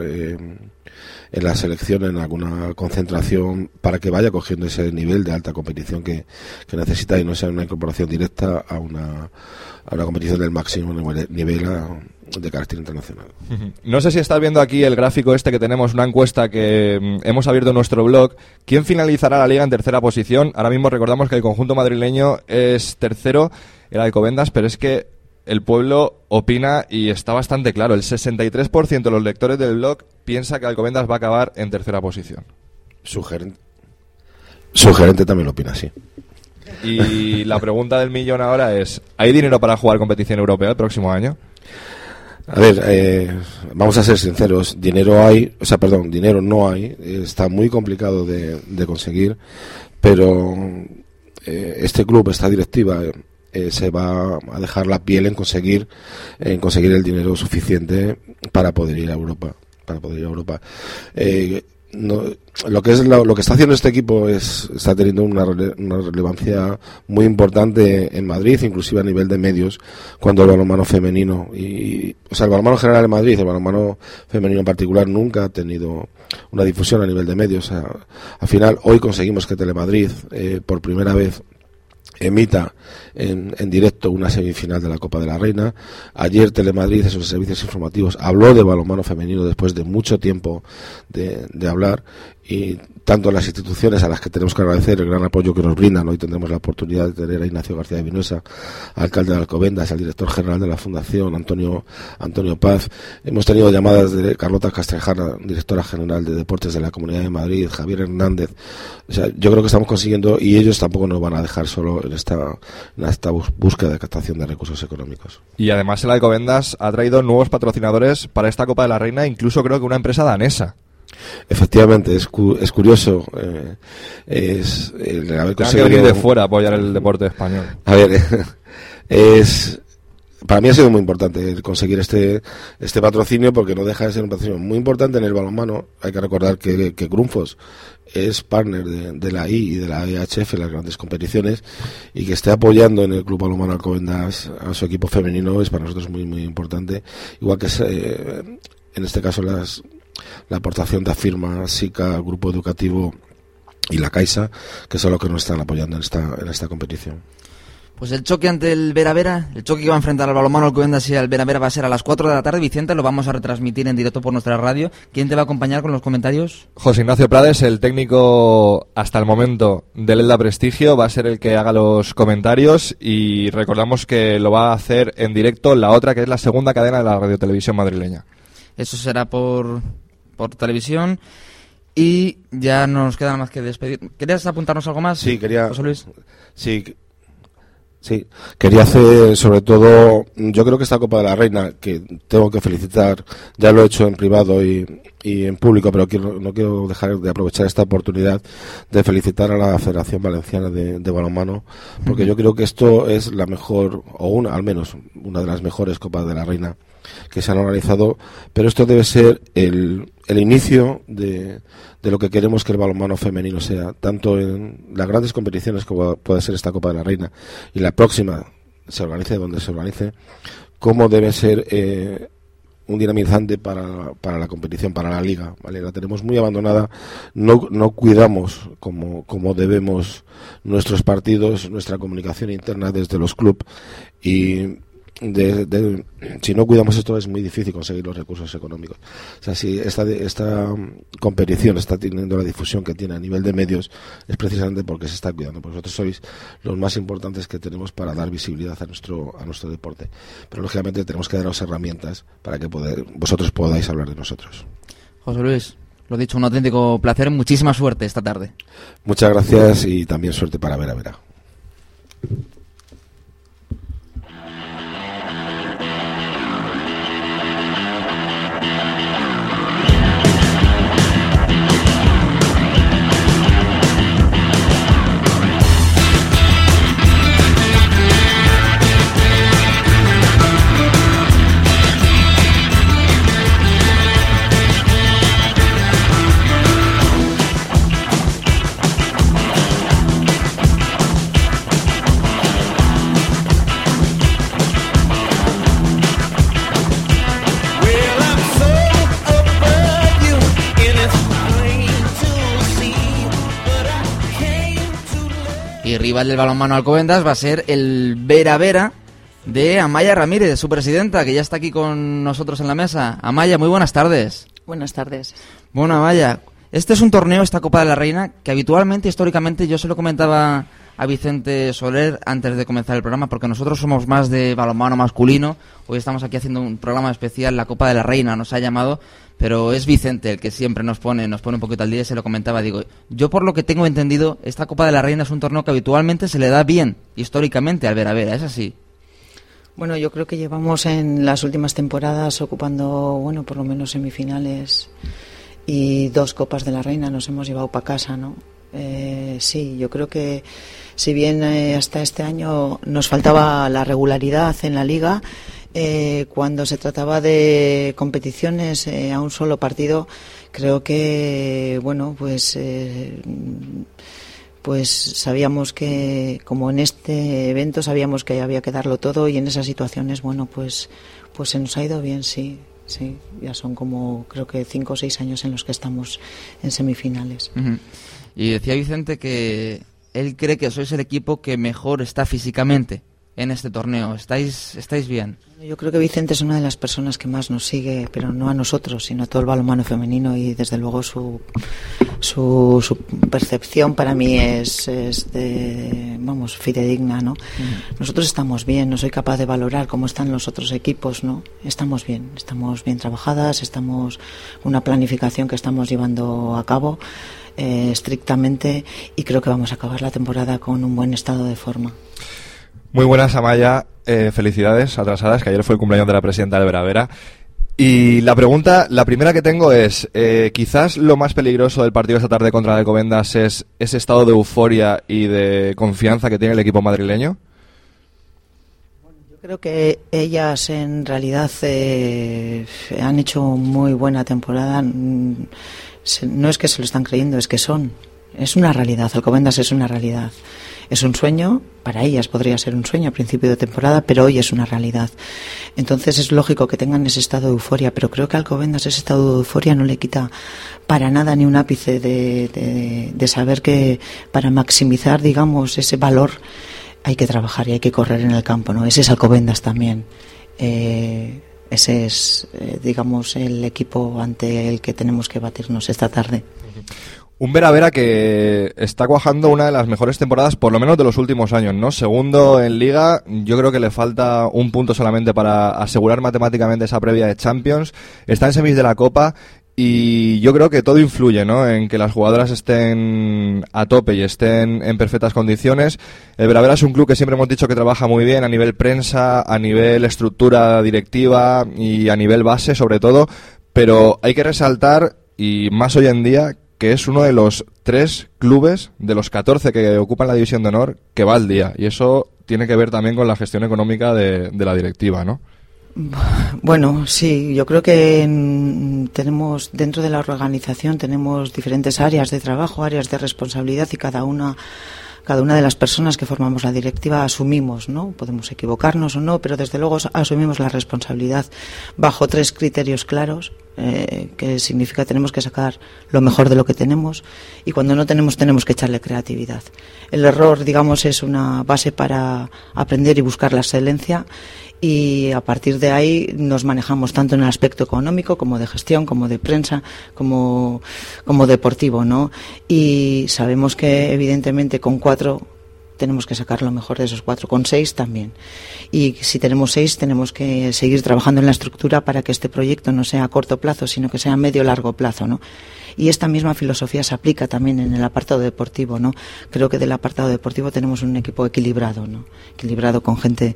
en la selección, en alguna concentración, para que vaya cogiendo ese nivel de alta competición que necesita y no sea una incorporación directa a una competición del máximo nivel de carácter internacional. No sé si estás viendo aquí el gráfico que tenemos, una encuesta que hemos abierto en nuestro blog. ¿Quién finalizará la liga en tercera posición? Ahora mismo recordamos que el conjunto madrileño es tercero, el Alcobendas, pero es que el pueblo opina y está bastante claro. El 63% de los lectores del blog piensa que Alcobendas va a acabar en tercera posición. Su gerente también lo opina, sí. Y la pregunta del millón ahora es, ¿hay dinero para jugar competición europea el próximo año? A ver, vamos a ser sinceros, dinero no hay, está muy complicado de conseguir, pero este club, esta directiva, se va a dejar la piel en conseguir el dinero suficiente para poder ir a Europa. Lo que está haciendo este equipo está teniendo una relevancia muy importante en Madrid, inclusive a nivel de medios, cuando el balonmano femenino el balonmano general en Madrid, el balonmano femenino en particular, nunca ha tenido una difusión a nivel de medios. O sea, al final hoy conseguimos que Telemadrid por primera vez emita en directo una semifinal de la Copa de la Reina. Ayer Telemadrid, en sus servicios informativos, habló de balonmano femenino después de mucho tiempo de hablar, y tanto las instituciones, a las que tenemos que agradecer el gran apoyo que nos brindan. Hoy tendremos la oportunidad de tener a Ignacio García de Vinuesa, alcalde de Alcobendas, al director general de la Fundación, Antonio Paz. Hemos tenido llamadas de Carlota Castrejana, directora general de Deportes de la Comunidad de Madrid, Javier Hernández. O sea, yo creo que estamos consiguiendo, y ellos tampoco nos van a dejar solo en esta búsqueda de captación de recursos económicos. Y además el Alcobendas ha traído nuevos patrocinadores para esta Copa de la Reina, incluso creo que una empresa danesa. Efectivamente, es curioso es el haber conseguido... que venir de fuera a apoyar el deporte español. A ver, para mí ha sido muy importante el conseguir este patrocinio, porque no deja de ser un patrocinio muy importante en el balonmano. Hay que recordar que Grundfos es partner de la I y de la EHF en las grandes competiciones, y que esté apoyando en el Club Balonmano Alcobendas a su equipo femenino es para nosotros muy, muy importante. Igual que en este caso la aportación de Afirma, SICA, el Grupo Educativo y la Caixa, que son los que nos están apoyando en esta competición. Pues el choque ante el Vera Vera, el choque que va a enfrentar al balonmano Alcobendas y al Vera Vera, va a ser a las 4 de la tarde. Vicente, lo vamos a retransmitir en directo por nuestra radio. ¿Quién te va a acompañar con los comentarios? José Ignacio Prades, el técnico hasta el momento del Elda Prestigio, va a ser el que haga los comentarios, y recordamos que lo va a hacer en directo la otra, que es la segunda cadena de la radiotelevisión madrileña. Eso será por televisión. Y ya no nos queda nada más que despedir. ¿Querías apuntarnos algo más? Sí, José Luis. Sí, quería hacer, sobre todo, yo creo que esta Copa de la Reina, que tengo que felicitar, ya lo he hecho en privado y en público, pero no quiero dejar de aprovechar esta oportunidad de felicitar a la Federación Valenciana de Balonmano, porque yo creo que esto es la mejor, al menos una de las mejores Copas de la Reina que se han organizado, pero esto debe ser el inicio de lo que queremos que el balonmano femenino sea, tanto en las grandes competiciones como puede ser esta Copa de la Reina, y la próxima se organice donde se organice, como debe ser un dinamizante para la competición, para la liga, ¿vale? La tenemos muy abandonada, no cuidamos como debemos nuestros partidos, nuestra comunicación interna desde los clubes, y si no cuidamos esto es muy difícil conseguir los recursos económicos. O sea, si esta competición está teniendo la difusión que tiene a nivel de medios, es precisamente porque se está cuidando, porque vosotros sois los más importantes que tenemos para dar visibilidad a nuestro deporte, pero lógicamente tenemos que daros herramientas para que vosotros podáis hablar de nosotros. José Luis, lo dicho, un auténtico placer, muchísima suerte esta tarde. Muchas gracias, y también suerte para Vera Vera. Rival del balonmano Alcobendas va a ser el Vera Vera de Amaya Ramírez, su presidenta, que ya está aquí con nosotros en la mesa. Amaya, muy buenas tardes. Buenas tardes. Bueno, Amaya, este es un torneo, esta Copa de la Reina, que habitualmente, históricamente, yo se lo comentaba a Vicente Soler antes de comenzar el programa, porque nosotros somos más de balonmano masculino. Hoy estamos aquí haciendo un programa especial, la Copa de la Reina nos ha llamado, pero es Vicente el que siempre nos pone un poquito al día, y se lo comentaba. Digo, yo por lo que tengo entendido, esta Copa de la Reina es un torneo que habitualmente se le da bien, históricamente, al Vera Vera, ¿es así? Bueno, yo creo que llevamos en las últimas temporadas ocupando, por lo menos semifinales y 2 Copas de la Reina nos hemos llevado para casa, ¿no? Sí, yo creo que si bien hasta este año nos faltaba la regularidad en la liga, cuando se trataba de competiciones a un solo partido, creo que pues sabíamos que, como en este evento, sabíamos que había que darlo todo, y en esas situaciones pues se nos ha ido bien. Sí, ya son como creo que 5 o 6 años en los que estamos en semifinales. Uh-huh. Y decía Vicente que él cree que sois el equipo que mejor está físicamente en este torneo. ¿Estáis bien? Yo creo que Vicente es una de las personas que más nos sigue, pero no a nosotros, sino a todo el balonmano femenino, y desde luego su percepción para mí es fidedigna, ¿no? Nosotros estamos bien, no soy capaz de valorar cómo están los otros equipos, ¿no? Estamos bien trabajadas, estamos una planificación que estamos llevando a cabo estrictamente, y creo que vamos a acabar la temporada con un buen estado de forma. Muy buenas, Amaya. Felicidades atrasadas, que ayer fue el cumpleaños de la presidenta del Veravera. Y la primera que tengo es, quizás lo más peligroso del partido esta tarde contra Alcobendas es ese estado de euforia y de confianza que tiene el equipo madrileño. Yo creo que ellas en realidad han hecho muy buena temporada. No es que se lo están creyendo, es que es una realidad. Alcobendas es una realidad. Es un sueño, para ellas podría ser un sueño a principio de temporada, pero hoy es una realidad. Entonces es lógico que tengan ese estado de euforia, pero creo que a Alcobendas ese estado de euforia no le quita para nada ni un ápice de saber que para maximizar, digamos, ese valor hay que trabajar y hay que correr en el campo, ¿no? Ese es Alcobendas también. Ese es, digamos, el equipo ante el que tenemos que batirnos esta tarde. Un Veravera que está cuajando una de las mejores temporadas, por lo menos de los últimos años, ¿no? Segundo en Liga, yo creo que le falta un punto solamente para asegurar matemáticamente esa previa de Champions. Está en semis de la Copa y yo creo que todo influye, ¿no? En que las jugadoras estén a tope y estén en perfectas condiciones. El Veravera es un club que siempre hemos dicho que trabaja muy bien a nivel prensa, a nivel estructura directiva y a nivel base, sobre todo, pero hay que resaltar, y más hoy en día, que es uno de los 3 clubes de los 14 que ocupan la división de honor que va al día, y eso tiene que ver también con la gestión económica de la directiva, ¿no? Bueno, sí, yo creo que tenemos dentro de la organización tenemos diferentes áreas de trabajo, áreas de responsabilidad, y cada una de las personas que formamos la directiva asumimos, ¿no? Podemos equivocarnos o no, pero desde luego asumimos la responsabilidad bajo 3 criterios claros, que significa tenemos que sacar lo mejor de lo que tenemos, y cuando no tenemos que echarle creatividad. El error, digamos, es una base para aprender y buscar la excelencia, y a partir de ahí nos manejamos tanto en el aspecto económico como de gestión, como de prensa, como deportivo, ¿no? Y sabemos que evidentemente con 4 tenemos que sacar lo mejor de esos 4, con 6 también. Y si tenemos 6 tenemos que seguir trabajando en la estructura para que este proyecto no sea a corto plazo, sino que sea a medio largo plazo, ¿no? Y esta misma filosofía se aplica también en el apartado deportivo, ¿no? Creo que del apartado deportivo tenemos un equipo equilibrado, ¿no? Equilibrado con gente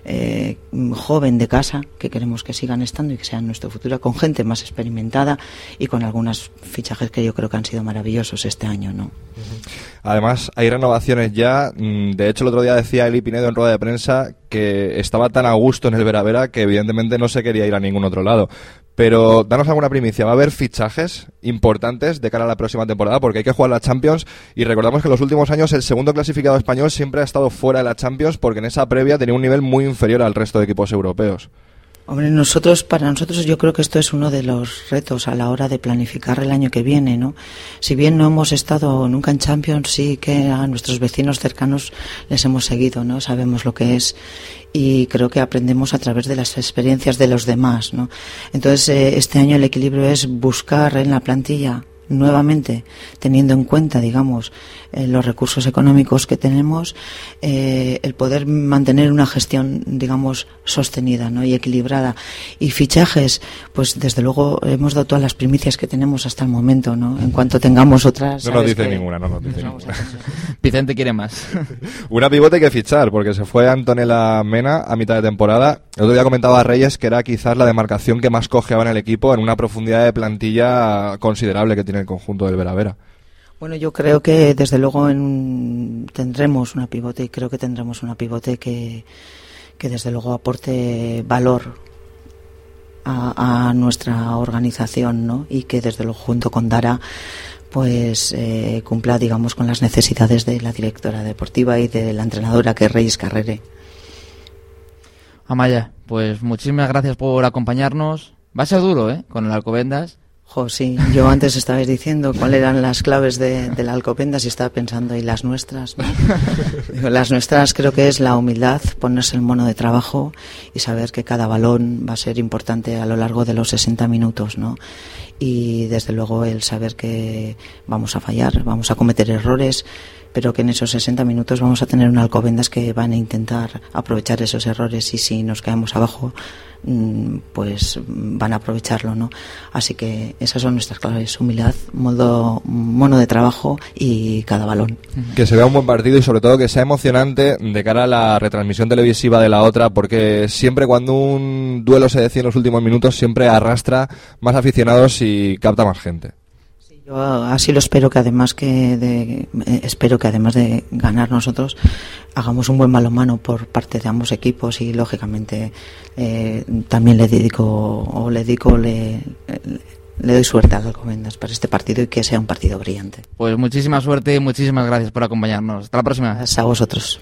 joven de casa, que queremos que sigan estando y que sean nuestro futuro, con gente más experimentada y con algunos fichajes que yo creo que han sido maravillosos este año, ¿no? Además, hay renovaciones ya. De hecho, el otro día decía Eli Pinedo en rueda de prensa que estaba tan a gusto en el Veravera que evidentemente no se quería ir a ningún otro lado. Pero danos alguna primicia, ¿va a haber fichajes importantes de cara a la próxima temporada? Porque hay que jugar la Champions, y recordamos que en los últimos años el segundo clasificado español siempre ha estado fuera de la Champions porque en esa previa tenía un nivel muy inferior al resto de equipos europeos. Hombre, para nosotros yo creo que esto es uno de los retos a la hora de planificar el año que viene, ¿no? Si bien no hemos estado nunca en Champions, sí que a nuestros vecinos cercanos les hemos seguido, ¿no? Sabemos lo que es, y creo que aprendemos a través de las experiencias de los demás, ¿no? Entonces, este año el equilibrio es buscar en la plantilla nuevamente, teniendo en cuenta, digamos, los recursos económicos que tenemos, el poder mantener una gestión, digamos, sostenida, ¿no? Y equilibrada. Y fichajes, pues desde luego hemos dado todas las primicias que tenemos hasta el momento, ¿no? En cuanto tengamos otras... No nos dice ninguna. Vicente quiere más. Una pivote que fichar, porque se fue Antonella Mena a mitad de temporada. El otro día comentaba a Reyes que era quizás la demarcación que más cojeaba en el equipo, en una profundidad de plantilla considerable que tiene el conjunto del Veravera. Bueno, yo creo que desde luego tendremos una pivote, y creo que tendremos una pivote que desde luego aporte valor a nuestra organización, ¿no? Y que desde luego junto con Dara pues cumpla, digamos, con las necesidades de la directora deportiva y de la entrenadora, que es Reyes Carrere. Amaya, pues muchísimas gracias por acompañarnos. Va a ser duro, con el Alcobendas. Sí, yo antes estabais diciendo cuáles eran las claves de la Alcobendas y estaba pensando, ¿y las nuestras? ¿No? Digo, las nuestras creo que es la humildad, ponerse el mono de trabajo y saber que cada balón va a ser importante a lo largo de los 60 minutos, ¿no? Y desde luego el saber que vamos a fallar, vamos a cometer errores, pero que en esos 60 minutos vamos a tener una Alcobendas que van a intentar aprovechar esos errores y si nos caemos abajo, pues van a aprovecharlo, ¿no? Así que esas son nuestras claves: humildad, mono de trabajo y cada balón. Que se vea un buen partido y sobre todo que sea emocionante de cara a la retransmisión televisiva de la otra, porque siempre cuando un duelo se decide en los últimos minutos siempre arrastra más aficionados y capta más gente. Yo así lo espero, que además espero que además de ganar nosotros hagamos un buen balonmano por parte de ambos equipos y lógicamente también le doy suerte a las Alcobendas para este partido y que sea un partido brillante. Pues muchísima suerte y muchísimas gracias por acompañarnos. Hasta la próxima. Gracias a vosotros.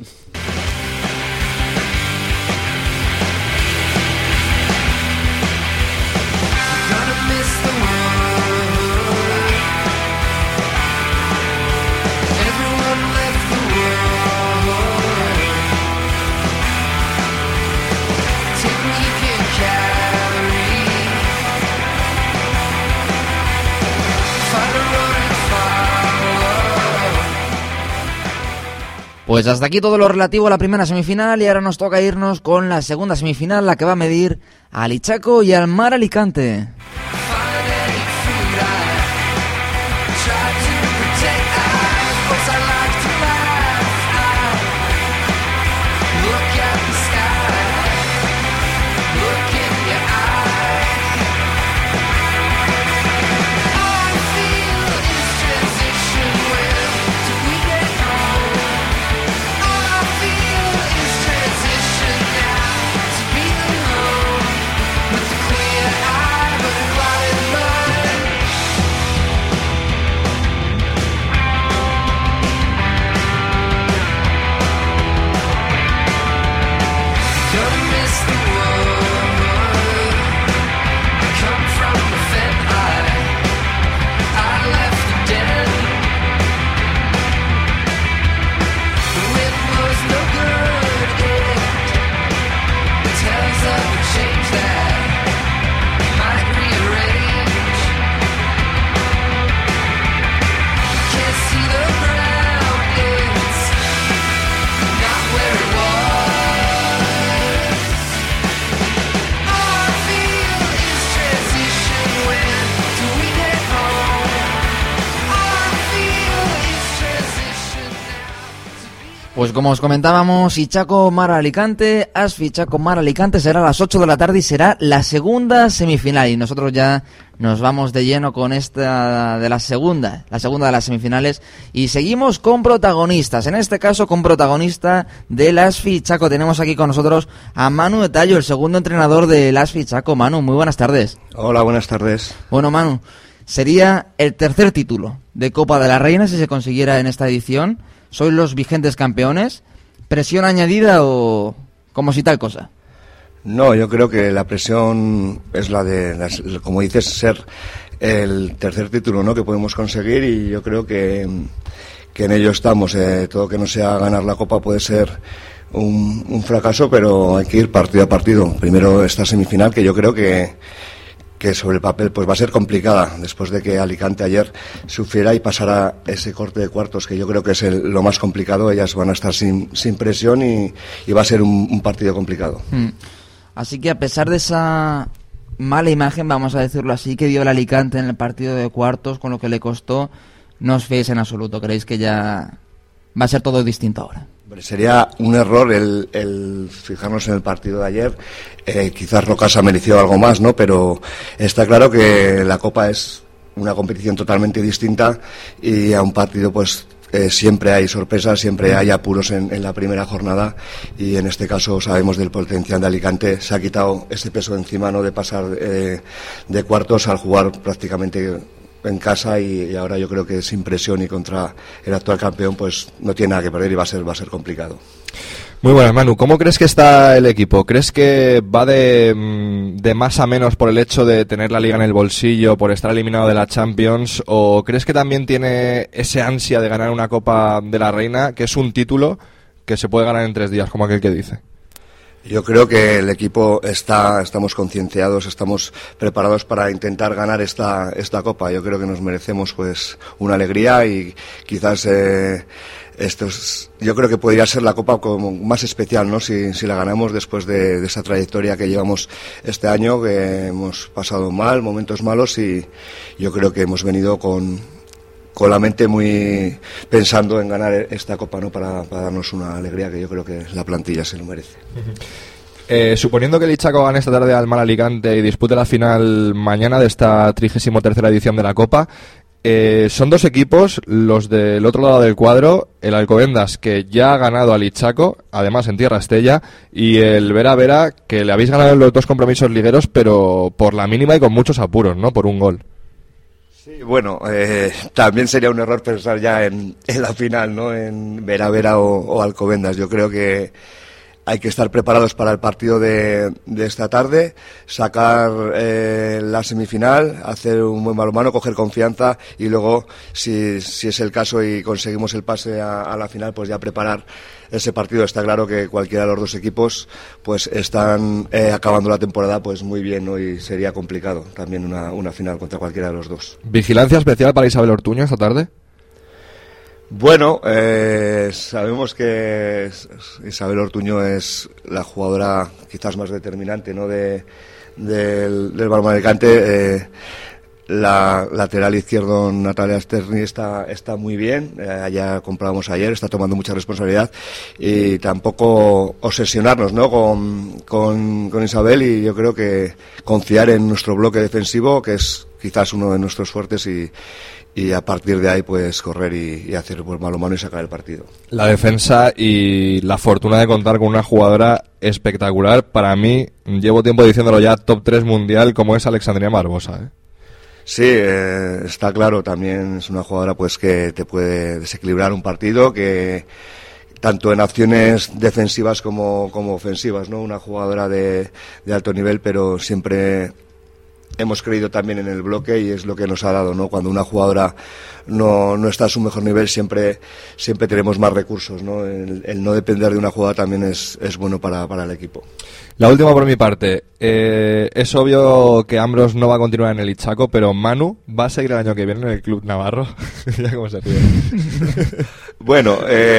Pues hasta aquí todo lo relativo a la primera semifinal y ahora nos toca irnos con la segunda semifinal, la que va a medir al Ichaco y al Mar Alicante. Pues como os comentábamos, Ichaco Mar Alicante, ASFI Ichaco Mar Alicante será a las 8 de la tarde y será la segunda semifinal. Y nosotros ya nos vamos de lleno con esta de la segunda de las semifinales. Y seguimos con protagonistas, en este caso con protagonista del ASFI Ichaco. Tenemos aquí con nosotros a Manu de Tallo, el segundo entrenador del ASFI Ichaco. Manu, muy buenas tardes. Hola, buenas tardes. Bueno, Manu, sería el tercer título de Copa de la Reina si se consiguiera en esta edición. ¿Sois los vigentes campeones? ¿Presión añadida o como si tal cosa? No, yo creo que la presión es la de, como dices, ser el tercer título, ¿no?, que podemos conseguir, y yo creo que en ello estamos. Todo que no sea ganar la Copa puede ser un fracaso, pero hay que ir partido a partido. Primero esta semifinal, que yo creo que sobre el papel pues va a ser complicada, después de que Alicante ayer sufriera y pasara ese corte de cuartos, que yo creo que es lo más complicado. Ellas van a estar sin presión y va a ser un partido complicado. Así que a pesar de esa mala imagen, vamos a decirlo así, que dio el Alicante en el partido de cuartos, con lo que le costó, no os fiéis en absoluto. ¿Creéis que ya va a ser todo distinto ahora? Sería un error el fijarnos en el partido de ayer. Quizás Rocasa mereció algo más, ¿no? Pero está claro que la Copa es una competición totalmente distinta, y a un partido pues siempre hay sorpresas, siempre hay apuros en la primera jornada, y en este caso sabemos del potencial de Alicante. Se ha quitado ese peso encima, ¿no?, de pasar de cuartos al jugar prácticamente en casa, y ahora yo creo que sin presión y contra el actual campeón pues no tiene nada que perder y va a ser complicado. Muy buenas, Manu. ¿Cómo crees que está el equipo? ¿Crees que va de más a menos por el hecho de tener la Liga en el bolsillo, por estar eliminado de la Champions? ¿O crees que también tiene ese ansia de ganar una Copa de la Reina, que es un título que se puede ganar en 3 días, como aquel que dice? Yo creo que el equipo estamos concienciados, estamos preparados para intentar ganar esta Copa. Yo creo que nos merecemos pues una alegría y quizás yo creo que podría ser la Copa como más especial, ¿no? Si la ganamos después de esa trayectoria que llevamos este año, que hemos pasado mal, momentos malos, y yo creo que hemos venido con la mente muy pensando en ganar esta Copa, ¿no? Para darnos una alegría que yo creo que la plantilla se lo merece. Suponiendo que el Ichaco gane esta tarde al Mar Alicante y dispute la final mañana de esta 33ª edición de la Copa, son 2 equipos, los del otro lado del cuadro, el Alcobendas, que ya ha ganado al Ichaco, además en Tierra Estella, y el Vera Vera, que le habéis ganado en los 2 compromisos ligueros, pero por la mínima y con muchos apuros, ¿no? Por un gol. Sí, bueno, también sería un error pensar ya en la final, ¿no? En Vera Vera o Alcobendas. Yo creo que hay que estar preparados para el partido de esta tarde, sacar la semifinal, hacer un buen balonmano, coger confianza y luego, si es el caso y conseguimos el pase a la final, pues ya preparar ese partido. Está claro que cualquiera de los 2 equipos pues están acabando la temporada pues muy bien, ¿no? Y sería complicado también una final contra cualquiera de los 2. ¿Vigilancia especial para Isabel Ortuño esta tarde? Bueno, sabemos que Isabel Ortuño es la jugadora quizás más determinante, ¿no? del balonmano Alicante. La lateral izquierdo Natalia Sterni está muy bien, ya comprobamos ayer, está tomando mucha responsabilidad, y tampoco obsesionarnos, ¿no? con Isabel, y yo creo que confiar en nuestro bloque defensivo, que es quizás uno de nuestros fuertes, y a partir de ahí pues correr y hacer buen balonmano y sacar el partido. La defensa y la fortuna de contar con una jugadora espectacular, para mí, llevo tiempo diciéndolo ya, top 3 mundial, como es Alexandria Barbosa, ¿eh? Sí, está claro, también es una jugadora pues que te puede desequilibrar un partido, que tanto en acciones defensivas como ofensivas, ¿no? Una jugadora de alto nivel, pero siempre hemos creído también en el bloque y es lo que nos ha dado, ¿no? Cuando una jugadora no está a su mejor nivel, siempre tenemos más recursos, ¿no? El no depender de una jugadora también es bueno para el equipo. La última por mi parte. Es obvio que Ambros no va a continuar en el Ichaco, pero Manu va a seguir el año que viene en el Club Navarro. Ya cómo se ríe. Bueno,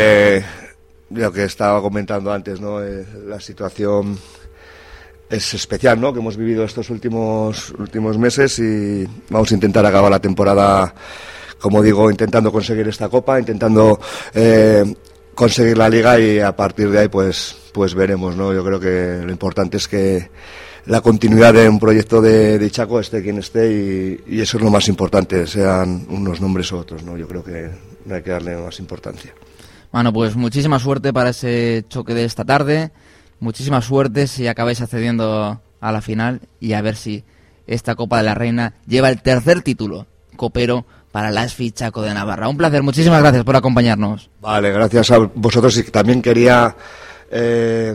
lo que estaba comentando antes, ¿no? La situación es especial, ¿no? Que hemos vivido estos últimos meses, y vamos a intentar acabar la temporada, como digo, intentando conseguir esta Copa, intentando conseguir la Liga, y a partir de ahí pues veremos, ¿no? Yo creo que lo importante es que la continuidad de un proyecto de Ichaco, esté quien esté, y eso es lo más importante, sean unos nombres u otros, ¿no? Yo creo que no hay que darle más importancia. Bueno, pues muchísima suerte para ese choque de esta tarde. Muchísima suerte si acabáis accediendo a la final, y a ver si esta Copa de la Reina lleva el 3er título copero para la ASFI Ichaco de Navarra. Un placer, muchísimas gracias por acompañarnos. Vale, gracias a vosotros, y también quería dar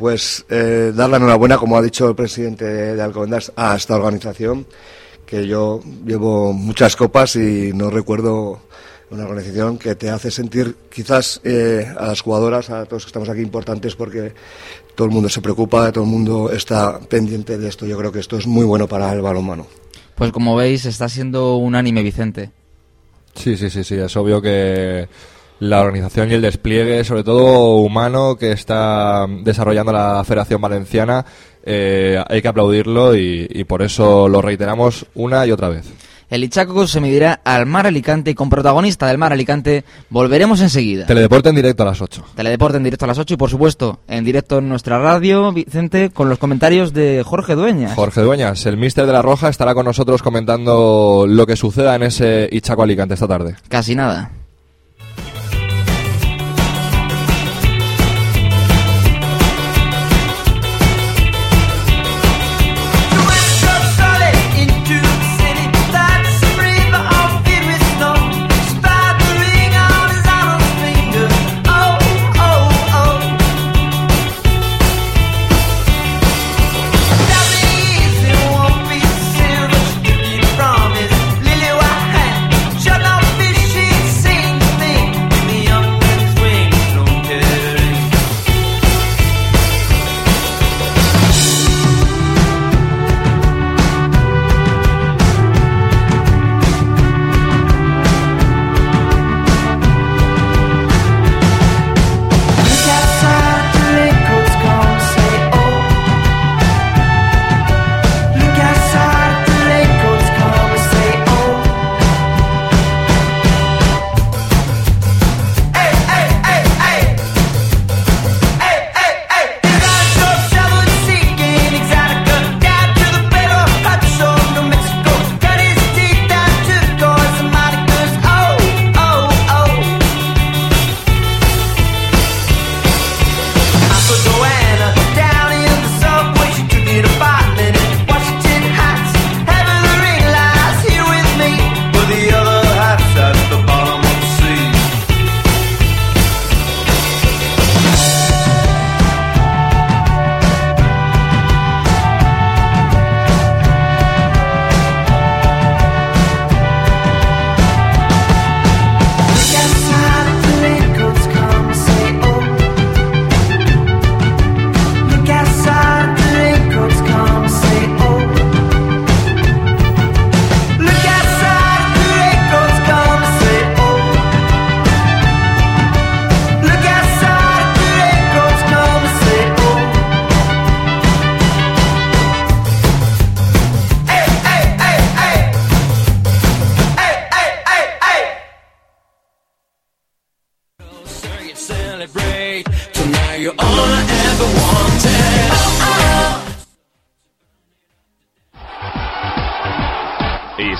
la enhorabuena, como ha dicho el presidente de Alcobendas, a esta organización, que yo llevo muchas copas y no recuerdo una organización que te hace sentir quizás a las jugadoras, a todos que estamos aquí, importantes, porque todo el mundo se preocupa, todo el mundo está pendiente de esto. Yo creo que esto es muy bueno para el balonmano. Pues como veis, está siendo unánime, Vicente. Sí, es obvio que la organización y el despliegue, sobre todo humano, que está desarrollando la Federación Valenciana, hay que aplaudirlo, y por eso lo reiteramos una y otra vez. El Ichaco se medirá al Mar Alicante, y con protagonista del Mar Alicante volveremos enseguida. Teledeporte en directo a las 8. Teledeporte en directo a las 8 y, por supuesto, en directo en nuestra radio, Vicente, con los comentarios de Jorge Dueñas. Jorge Dueñas, el míster de La Roja, estará con nosotros comentando lo que suceda en ese Ichaco Alicante esta tarde. Casi nada.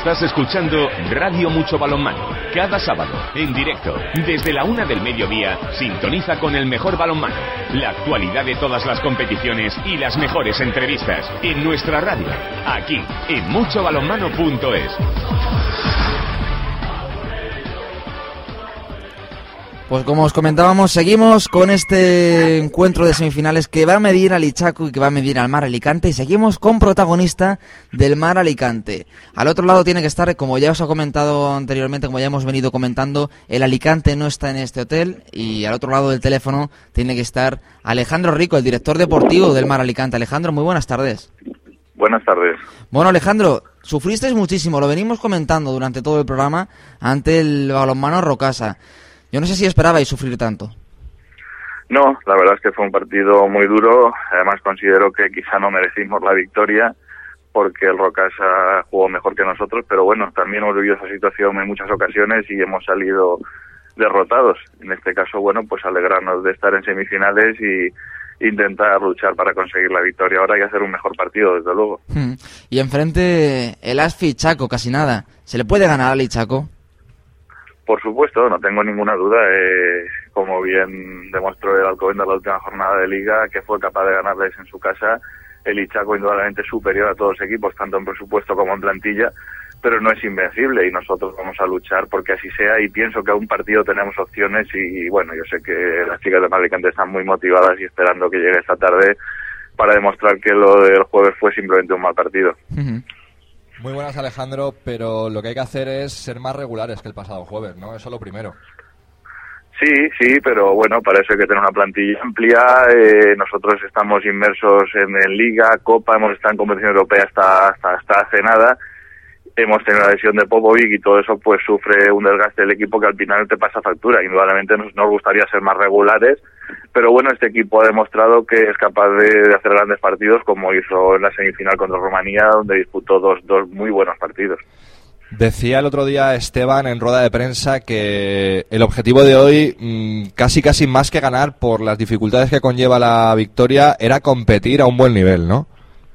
Estás escuchando Radio Mucho Balonmano. Cada sábado, en directo, desde la 1 del mediodía, sintoniza con el mejor balonmano, la actualidad de todas las competiciones y las mejores entrevistas en nuestra radio, aquí, en muchobalonmano.es. Pues como os comentábamos, seguimos con este encuentro de semifinales que va a medir al Ichaco y que va a medir al Mar Alicante, y seguimos con protagonista del Mar Alicante. Al otro lado tiene que estar, como ya os he comentado anteriormente, como ya hemos venido comentando, el Alicante no está en este hotel, y al otro lado del teléfono tiene que estar Alejandro Rico, el director deportivo del Mar Alicante. Alejandro, muy buenas tardes. Buenas tardes. Bueno, Alejandro, sufristeis muchísimo, lo venimos comentando durante todo el programa, ante el balonmano Rocasa. Yo no sé si esperabais sufrir tanto. No, la verdad es que fue un partido muy duro. Además considero que quizá no merecimos la victoria porque el Rocasa jugó mejor que nosotros, pero bueno, también hemos vivido esa situación en muchas ocasiones y hemos salido derrotados. En este caso, bueno, pues alegrarnos de estar en semifinales y intentar luchar para conseguir la victoria ahora y hacer un mejor partido, desde luego. Y enfrente el Asfi Chaco, casi nada. ¿Se le puede ganar al Ichaco? Por supuesto, no tengo ninguna duda. Como bien demostró el Alcobendas la última jornada de Liga, que fue capaz de ganarles en su casa, el Ichaco indudablemente superior a todos los equipos, tanto en presupuesto como en plantilla, pero no es invencible y nosotros vamos a luchar porque así sea, y pienso que a un partido tenemos opciones y bueno, yo sé que las chicas de Mar Alicante están muy motivadas y esperando que llegue esta tarde para demostrar que lo del jueves fue simplemente un mal partido. Muy buenas, Alejandro, pero lo que hay que hacer es ser más regulares que el pasado jueves, ¿no? Eso es lo primero. Sí, pero bueno, para eso hay que tener una plantilla amplia. Nosotros estamos inmersos en Liga, Copa, hemos estado en competición europea hasta hace nada. Hemos tenido la lesión de Popovic y todo eso pues sufre un desgaste del equipo que al final te pasa factura. Indudablemente nos gustaría ser más regulares, pero bueno, este equipo ha demostrado que es capaz de hacer grandes partidos, como hizo en la semifinal contra Rumanía, donde disputó dos muy buenos partidos. Decía el otro día Esteban en rueda de prensa que el objetivo de hoy, casi más que ganar por las dificultades que conlleva la victoria, era competir a un buen nivel, ¿no?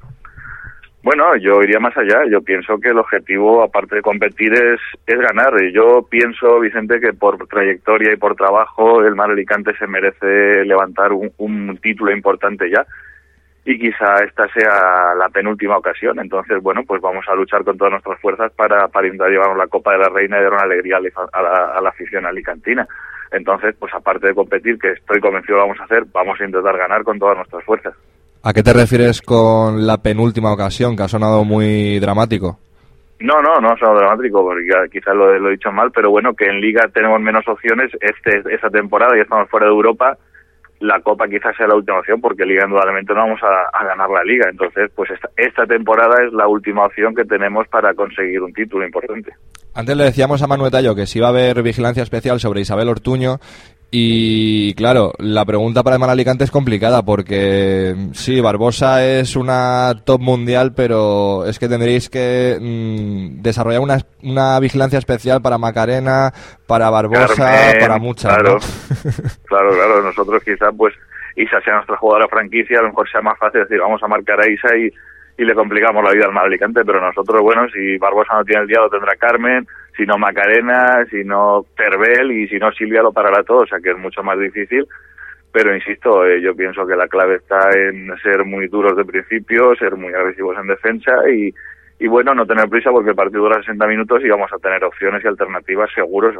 Bueno, yo iría más allá. Yo pienso que el objetivo, aparte de competir, es ganar. Y yo pienso, Vicente, que por trayectoria y por trabajo el Mar Alicante se merece levantar un título importante ya. Y quizá esta sea la penúltima ocasión. Entonces, bueno, pues vamos a luchar con todas nuestras fuerzas para intentar llevarnos la Copa de la Reina y dar una alegría a la afición alicantina. Entonces, pues aparte de competir, que estoy convencido lo vamos a hacer, vamos a intentar ganar con todas nuestras fuerzas. ¿A qué te refieres con la penúltima ocasión, que ha sonado muy dramático? No ha sonado dramático, porque quizás lo he dicho mal, pero bueno, que en Liga tenemos menos opciones esta temporada, ya estamos fuera de Europa. La Copa quizás sea la última opción, porque Liga indudablemente no vamos a ganar la Liga. Entonces, pues esta temporada es la última opción que tenemos para conseguir un título importante. Antes le decíamos a Manu Tallo que sí iba a haber vigilancia especial sobre Isabel Ortuño. Y claro, la pregunta para el Mar Alicante es complicada porque sí, Barbosa es una top mundial, pero es que tendréis que desarrollar una vigilancia especial para Macarena, para Barbosa, Carmen, para muchas. Claro, ¿no? claro, nosotros quizás pues Isa sea nuestra jugadora franquicia, a lo mejor sea más fácil decir vamos a marcar a Isa y le complicamos la vida al Mar Alicante, pero nosotros, bueno, si Barbosa no tiene el día lo tendrá Carmen, si no Macarena, si no Terbel y si no Silvia lo parará todo, o sea que es mucho más difícil, pero insisto, yo pienso que la clave está en ser muy duros de principio, ser muy agresivos en defensa y bueno, no tener prisa porque el partido dura 60 minutos y vamos a tener opciones y alternativas seguro.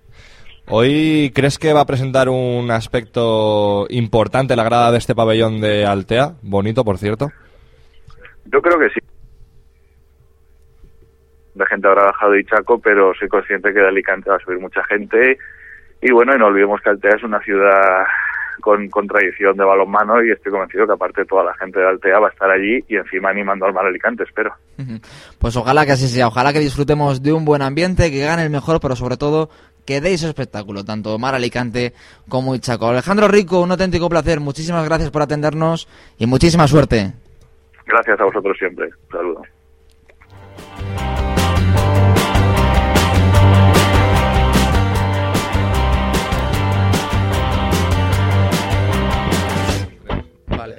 ¿Hoy crees que va a presentar un aspecto importante la grada de este pabellón de Altea? Bonito, por cierto. Yo creo que sí. La gente habrá bajado de Ichaco, pero soy consciente que de Alicante va a subir mucha gente. Y bueno, y no olvidemos que Altea es una ciudad con tradición de balonmano y estoy convencido que aparte toda la gente de Altea va a estar allí y encima animando al Mar Alicante, espero. Pues ojalá que así sea, ojalá que disfrutemos de un buen ambiente, que gane el mejor, pero sobre todo que deis espectáculo, tanto Mar Alicante como Ichaco. Alejandro Rico, un auténtico placer, muchísimas gracias por atendernos y muchísima suerte. Gracias a vosotros siempre. Un saludo. Vale.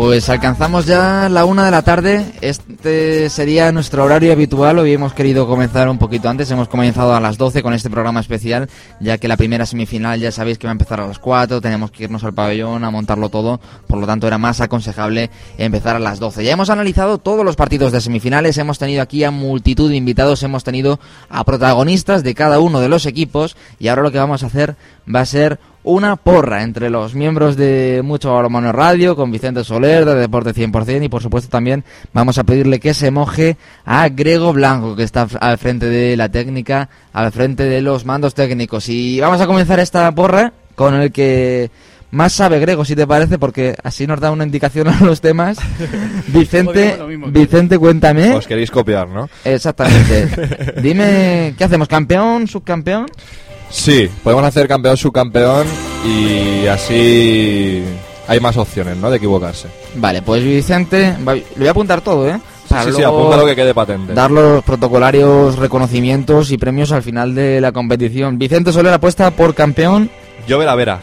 Pues alcanzamos ya la 1 de la tarde. Este sería nuestro horario habitual. Hoy hemos querido comenzar un poquito antes. Hemos comenzado a las 12 con este programa especial, ya que la primera semifinal ya sabéis que va a empezar a las 4. Tenemos que irnos al pabellón a montarlo todo. Por lo tanto, era más aconsejable empezar a las 12. Ya hemos analizado todos los partidos de semifinales. Hemos tenido aquí a multitud de invitados. Hemos tenido a protagonistas de cada uno de los equipos. Y ahora lo que vamos a hacer va a ser una porra entre los miembros de Mucho Balonmano Radio, con Vicente Soler de Deporte 100%, y por supuesto también vamos a pedirle que se moje a Grego Blanco, que está al frente de la técnica, al frente de los mandos técnicos. Y vamos a comenzar esta porra con el que más sabe, Grego, si te parece, porque así nos da una indicación a los temas. Vicente, cuéntame. Os queréis copiar, ¿no? Exactamente. Dime, ¿qué hacemos? ¿Campeón? ¿Subcampeón? Sí, podemos hacer campeón, subcampeón, y así hay más opciones, ¿no?, de equivocarse. Vale, pues Vicente, le voy a apuntar todo, ¿eh? Sí, apunta lo que quede patente. Dar los protocolarios, reconocimientos y premios al final de la competición. Vicente Soler apuesta por campeón. Yo Vera.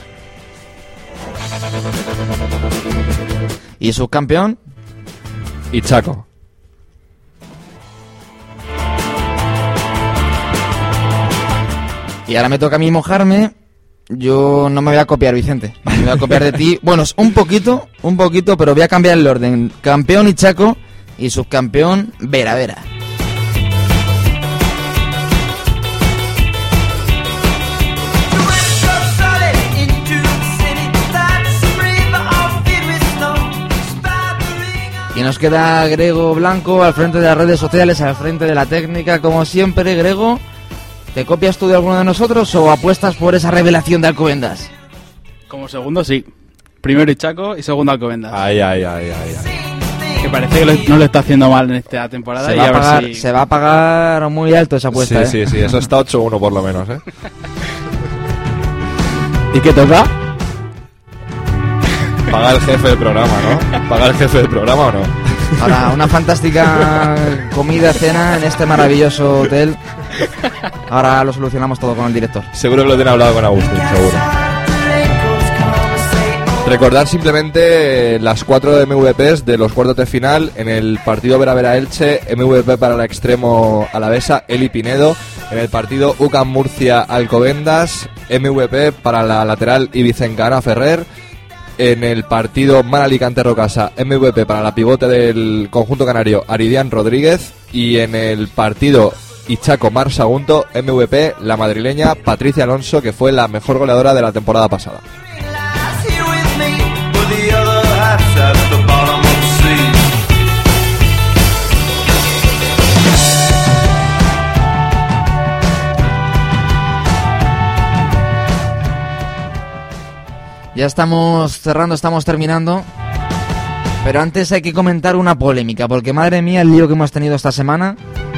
¿Y subcampeón? Y Chaco. Y ahora me toca a mí mojarme. Yo no me voy a copiar, Vicente. Me voy a copiar de ti. Bueno, es un poquito, pero voy a cambiar el orden. Campeón y Chaco, y subcampeón Vera. Y nos queda Grego Blanco al frente de las redes sociales, al frente de la técnica. Como siempre, Grego, ¿te copias tú de alguno de nosotros o apuestas por esa revelación de Alcobendas? Como segundo, sí. Primero Chaco y segundo Alcobendas. Ay. Que parece que no lo está haciendo mal en esta temporada. Se va a pagar muy alto esa apuesta. Sí, eso está 8-1 por lo menos, ¿eh? ¿Y qué toca? Paga el jefe del programa, ¿no? ¿Paga el jefe del programa o no? Ahora, una fantástica comida, cena en este maravilloso hotel. Ahora lo solucionamos todo con el director. Seguro que lo tiene hablado con Agustín, seguro. Recordar simplemente las 4 MVPs de los cuartos de final. En el partido Vera-Elche, MVP para el extremo alavesa, Eli Pinedo. En el partido UCAM Murcia-Alcobendas, MVP para la lateral Ibicencana Ferrer. En el partido Mar Alicante-Rocasa, MVP para la pivote del conjunto canario, Aridian Rodríguez. Y en el partido Ichaco-Mar Sagunto, MVP, la madrileña Patricia Alonso, que fue la mejor goleadora de la temporada pasada. Ya estamos cerrando, estamos terminando. Pero antes hay que comentar una polémica, porque madre mía el lío que hemos tenido esta semana.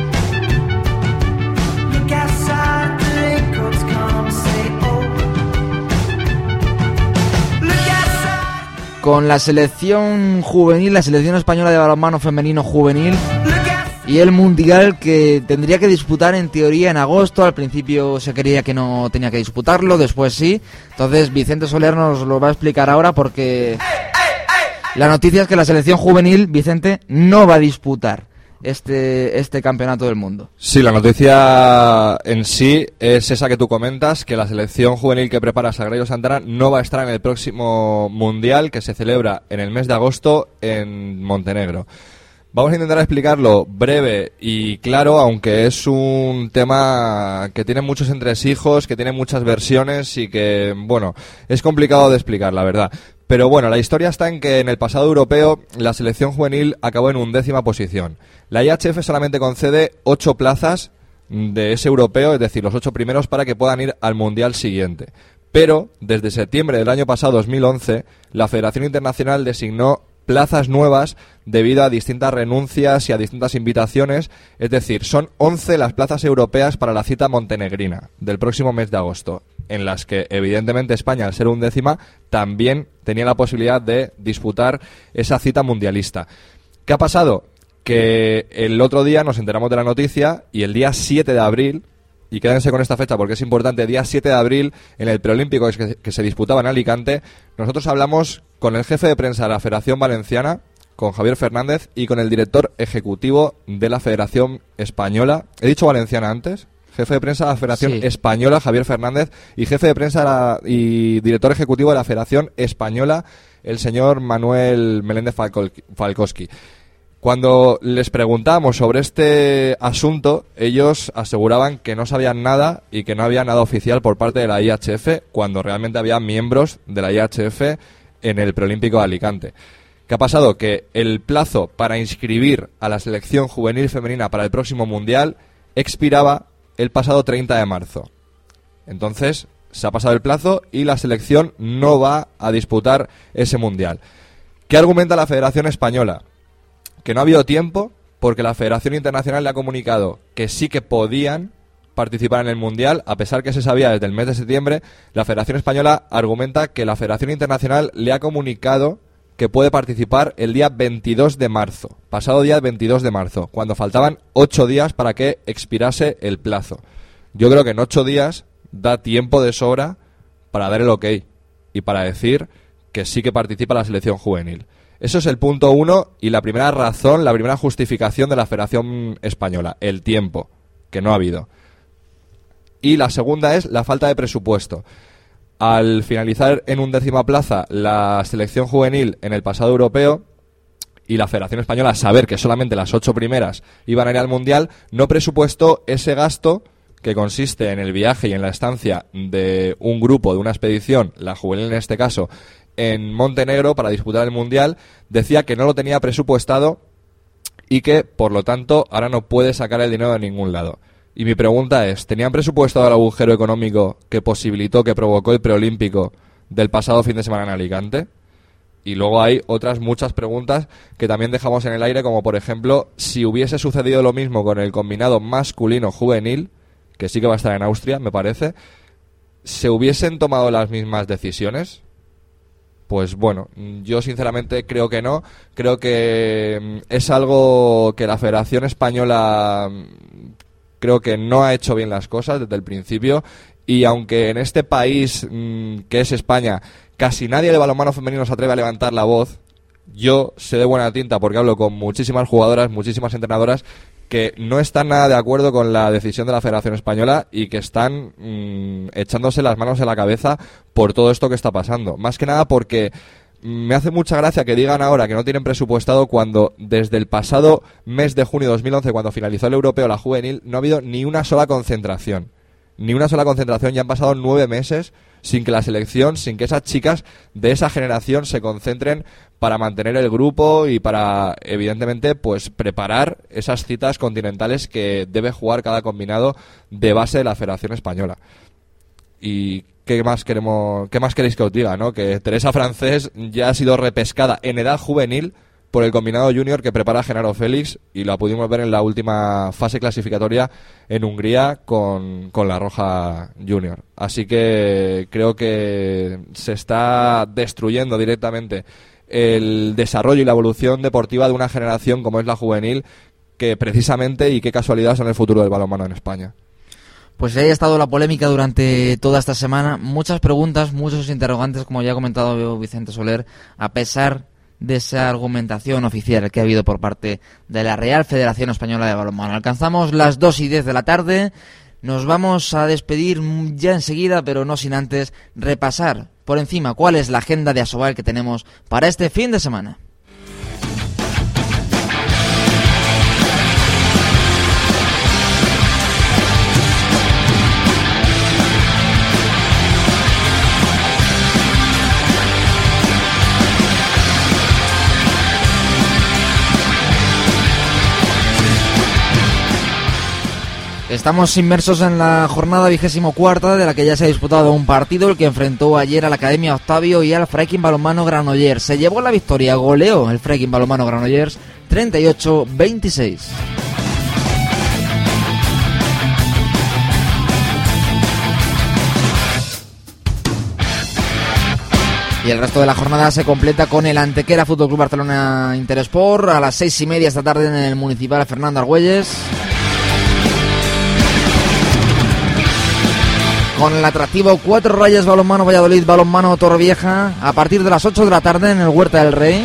Con la selección juvenil, la selección española de balonmano femenino juvenil, y el mundial que tendría que disputar en teoría en agosto. Al principio se creía que no tenía que disputarlo, después sí. Entonces Vicente Soler nos lo va a explicar ahora, porque la noticia es que la selección juvenil, Vicente, no va a disputar este campeonato del mundo. Sí, la noticia en sí es esa que tú comentas, que la selección juvenil que prepara Sagrario Santana no va a estar en el próximo mundial, que se celebra en el mes de agosto en Montenegro. Vamos a intentar explicarlo breve y claro, aunque es un tema que tiene muchos entresijos, que tiene muchas versiones y que, bueno, es complicado de explicar, la verdad. Pero bueno, la historia está en que en el pasado europeo la selección juvenil acabó en 11ª posición. La IHF solamente concede 8 plazas de ese europeo, es decir, los 8 primeros, para que puedan ir al mundial siguiente. Pero desde septiembre del año pasado, 2011, la Federación Internacional designó plazas nuevas debido a distintas renuncias y a distintas invitaciones. Es decir, son 11 las plazas europeas para la cita montenegrina del próximo mes de agosto, en las que evidentemente España, al ser 11ª, también tenía la posibilidad de disputar esa cita mundialista. ¿Qué ha pasado? Que el otro día nos enteramos de la noticia y el día 7 de abril y quédense con esta fecha porque es importante, día 7 de abril, en el preolímpico que se disputaba en Alicante, nosotros hablamos con el jefe de prensa de la Federación Valenciana, con Javier Fernández, y con el director ejecutivo de la Federación Española. ¿He dicho Valenciana antes? Jefe de prensa de la Federación Española, Javier Fernández, y jefe de prensa y director ejecutivo de la Federación Española, el señor Manuel Meléndez Falkowski. Cuando les preguntábamos sobre este asunto, ellos aseguraban que no sabían nada y que no había nada oficial por parte de la IHF, cuando realmente había miembros de la IHF en el preolímpico de Alicante. ¿Qué ha pasado? Que el plazo para inscribir a la selección juvenil femenina para el próximo Mundial expiraba el pasado 30 de marzo. Entonces, se ha pasado el plazo y la selección no va a disputar ese Mundial. ¿Qué argumenta la Federación Española? Que no ha habido tiempo porque la Federación Internacional le ha comunicado que sí que podían participar en el Mundial, a pesar que se sabía desde el mes de septiembre. La Federación Española argumenta que la Federación Internacional le ha comunicado que puede participar el día 22 de marzo, pasado día 22 de marzo, cuando faltaban 8 días para que expirase el plazo. Yo creo que en 8 días da tiempo de sobra para dar el ok y para decir que sí que participa la selección juvenil. Eso es el punto 1 y la primera razón, la primera justificación de la Federación Española, el tiempo, que no ha habido. Y la segunda es la falta de presupuesto. Al finalizar en 11ª plaza la selección juvenil en el pasado europeo y la Federación Española saber que solamente las 8 primeras iban a ir al Mundial, no presupuestó ese gasto que consiste en el viaje y en la estancia de un grupo, de una expedición, la juvenil en este caso, en Montenegro para disputar el Mundial. Decía que no lo tenía presupuestado y que, por lo tanto, ahora no puede sacar el dinero de ningún lado. Y mi pregunta es, ¿tenían presupuestado el agujero económico que posibilitó, que provocó el preolímpico del pasado fin de semana en Alicante? Y luego hay otras muchas preguntas que también dejamos en el aire, como por ejemplo, si hubiese sucedido lo mismo con el combinado masculino juvenil, que sí que va a estar en Austria, me parece, ¿se hubiesen tomado las mismas decisiones? Pues bueno, yo sinceramente creo que no. Creo que es algo que la Federación Española creo que no ha hecho bien las cosas desde el principio, y aunque en este país que es España casi nadie de balonmano femenino se atreve a levantar la voz, yo sé de buena tinta, porque hablo con muchísimas jugadoras, muchísimas entrenadoras que no están nada de acuerdo con la decisión de la Federación Española y que están echándose las manos en la cabeza por todo esto que está pasando. Más que nada porque me hace mucha gracia que digan ahora que no tienen presupuestado cuando desde el pasado mes de junio de 2011, cuando finalizó el europeo, la juvenil, no ha habido ni una sola concentración. Ni una sola concentración, ya han pasado 9 meses sin que la selección, sin que esas chicas de esa generación se concentren para mantener el grupo y para, evidentemente, pues preparar esas citas continentales que debe jugar cada combinado de base de la Federación Española. Y ¿qué más queréis que os diga, no? Que Teresa Francés ya ha sido repescada en edad juvenil por el combinado junior que prepara Genaro Félix, y la pudimos ver en la última fase clasificatoria en Hungría con la Roja Junior. Así que creo que se está destruyendo directamente el desarrollo y la evolución deportiva de una generación como es la juvenil, que precisamente, y qué casualidad, son el futuro del balonmano en España. Pues ahí ha estado la polémica durante toda esta semana. Muchas preguntas, muchos interrogantes, como ya ha comentado Vicente Soler, a pesar de esa argumentación oficial que ha habido por parte de la Real Federación Española de Balonmano. Alcanzamos las 2:10 de la tarde. Nos vamos a despedir ya enseguida, pero no sin antes repasar por encima cuál es la agenda de Asobal que tenemos para este fin de semana. Estamos inmersos en la jornada 24ª, de la que ya se ha disputado un partido, el que enfrentó ayer a la Academia Octavio y al Freaking Balonmano Granollers. Se llevó la victoria, goleó el Freaking Balonmano Granollers 38-26. Y el resto de la jornada se completa con el Antequera Fútbol Club Barcelona Interesport a las 6:30 esta tarde en el Municipal Fernando Argüelles. con el atractivo 4 Rayas Balonmano Valladolid, Balonmano Torrevieja, a partir de las 8 de la tarde en el Huerta del Rey.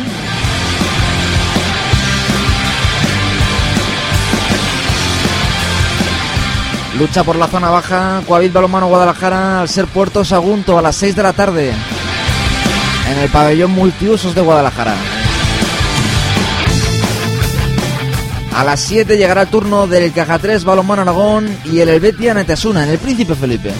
Lucha por la zona baja, Coavit Balonmano Guadalajara, al ser Puerto Sagunto, a las 6 de la tarde en el pabellón multiusos de Guadalajara. A las 7 llegará el turno del Caja 3 Balonmano Aragón y el Helvetia Netesuna en el Príncipe Felipe.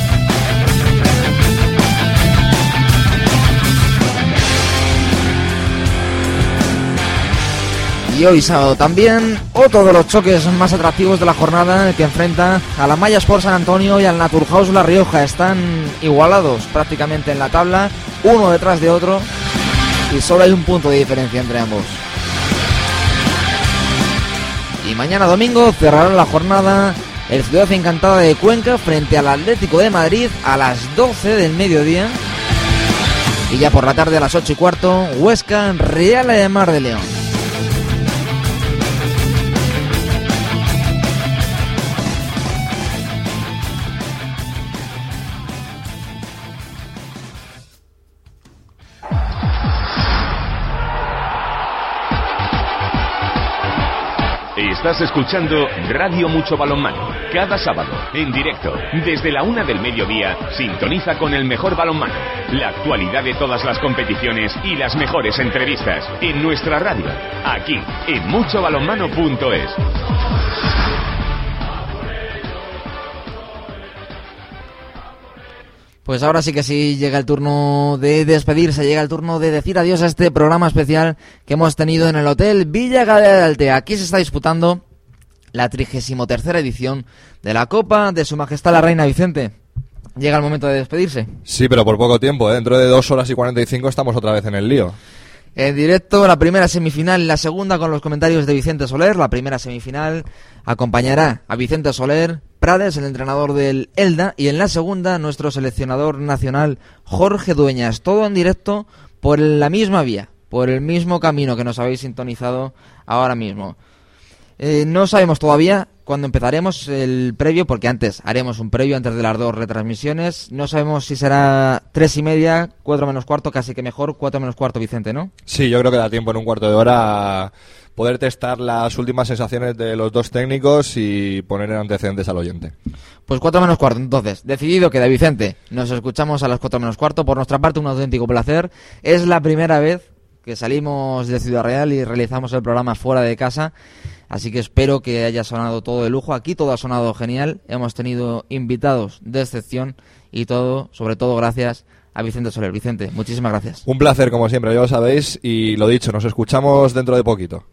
Y hoy sábado también otro de los choques más atractivos de la jornada, el que enfrenta a la Maya Sport San Antonio y al Naturhaus La Rioja. Están igualados prácticamente en la tabla, uno detrás de otro, y solo hay un punto de diferencia entre ambos. Y mañana domingo cerrará la jornada el Ciudad Encantada de Cuenca frente al Atlético de Madrid a las 12 del mediodía. Y ya por la tarde a las 8:15, Huesca Real de Mar de León. Estás escuchando Radio Mucho Balonmano. Cada sábado, en directo, desde la 1 del mediodía, sintoniza con el mejor balonmano. La actualidad de todas las competiciones y las mejores entrevistas en nuestra radio. Aquí, en muchobalonmano.es. Pues ahora sí que sí llega el turno de despedirse, llega el turno de decir adiós a este programa especial que hemos tenido en el Hotel Villa Gadea de Altea. Aquí se está disputando la 33ª edición de la Copa de Su Majestad la Reina. Vicente, llega el momento de despedirse. Sí, pero por poco tiempo, ¿eh? Dentro de 2 horas y 45 estamos otra vez en el lío. En directo, la primera semifinal y la segunda con los comentarios de Vicente Soler. La primera semifinal acompañará a Vicente Soler Prades, el entrenador del Elda, y en la segunda nuestro seleccionador nacional Jorge Dueñas. Todo en directo por la misma vía, por el mismo camino que nos habéis sintonizado ahora mismo. No sabemos todavía cuándo empezaremos el previo, porque antes haremos un previo antes de las 2 retransmisiones. No sabemos si será 3:30, 4 menos cuarto, casi que mejor 4 menos cuarto, Vicente, ¿no? Sí, yo creo que da tiempo en un cuarto de hora a poder testar las últimas sensaciones de los dos técnicos y poner en antecedentes al oyente. Pues 4 menos cuarto, entonces, decidido queda, Vicente. Nos escuchamos a las 4 menos cuarto. Por nuestra parte, un auténtico placer. Es la primera vez que salimos de Ciudad Real y realizamos el programa fuera de casa. Así que espero que haya sonado todo de lujo. Aquí todo ha sonado genial. Hemos tenido invitados de excepción y todo, sobre todo gracias a Vicente Soler. Vicente, muchísimas gracias. Un placer, como siempre, ya lo sabéis. Y lo dicho, nos escuchamos dentro de poquito.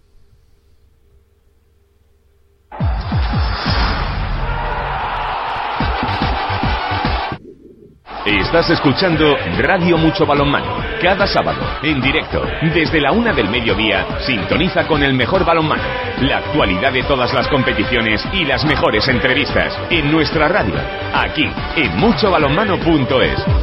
Estás escuchando Radio Mucho Balonmano. Cada sábado, en directo, desde la 1 del mediodía, sintoniza con el mejor balonmano. La actualidad de todas las competiciones y las mejores entrevistas en nuestra radio. Aquí, en muchobalonmano.es.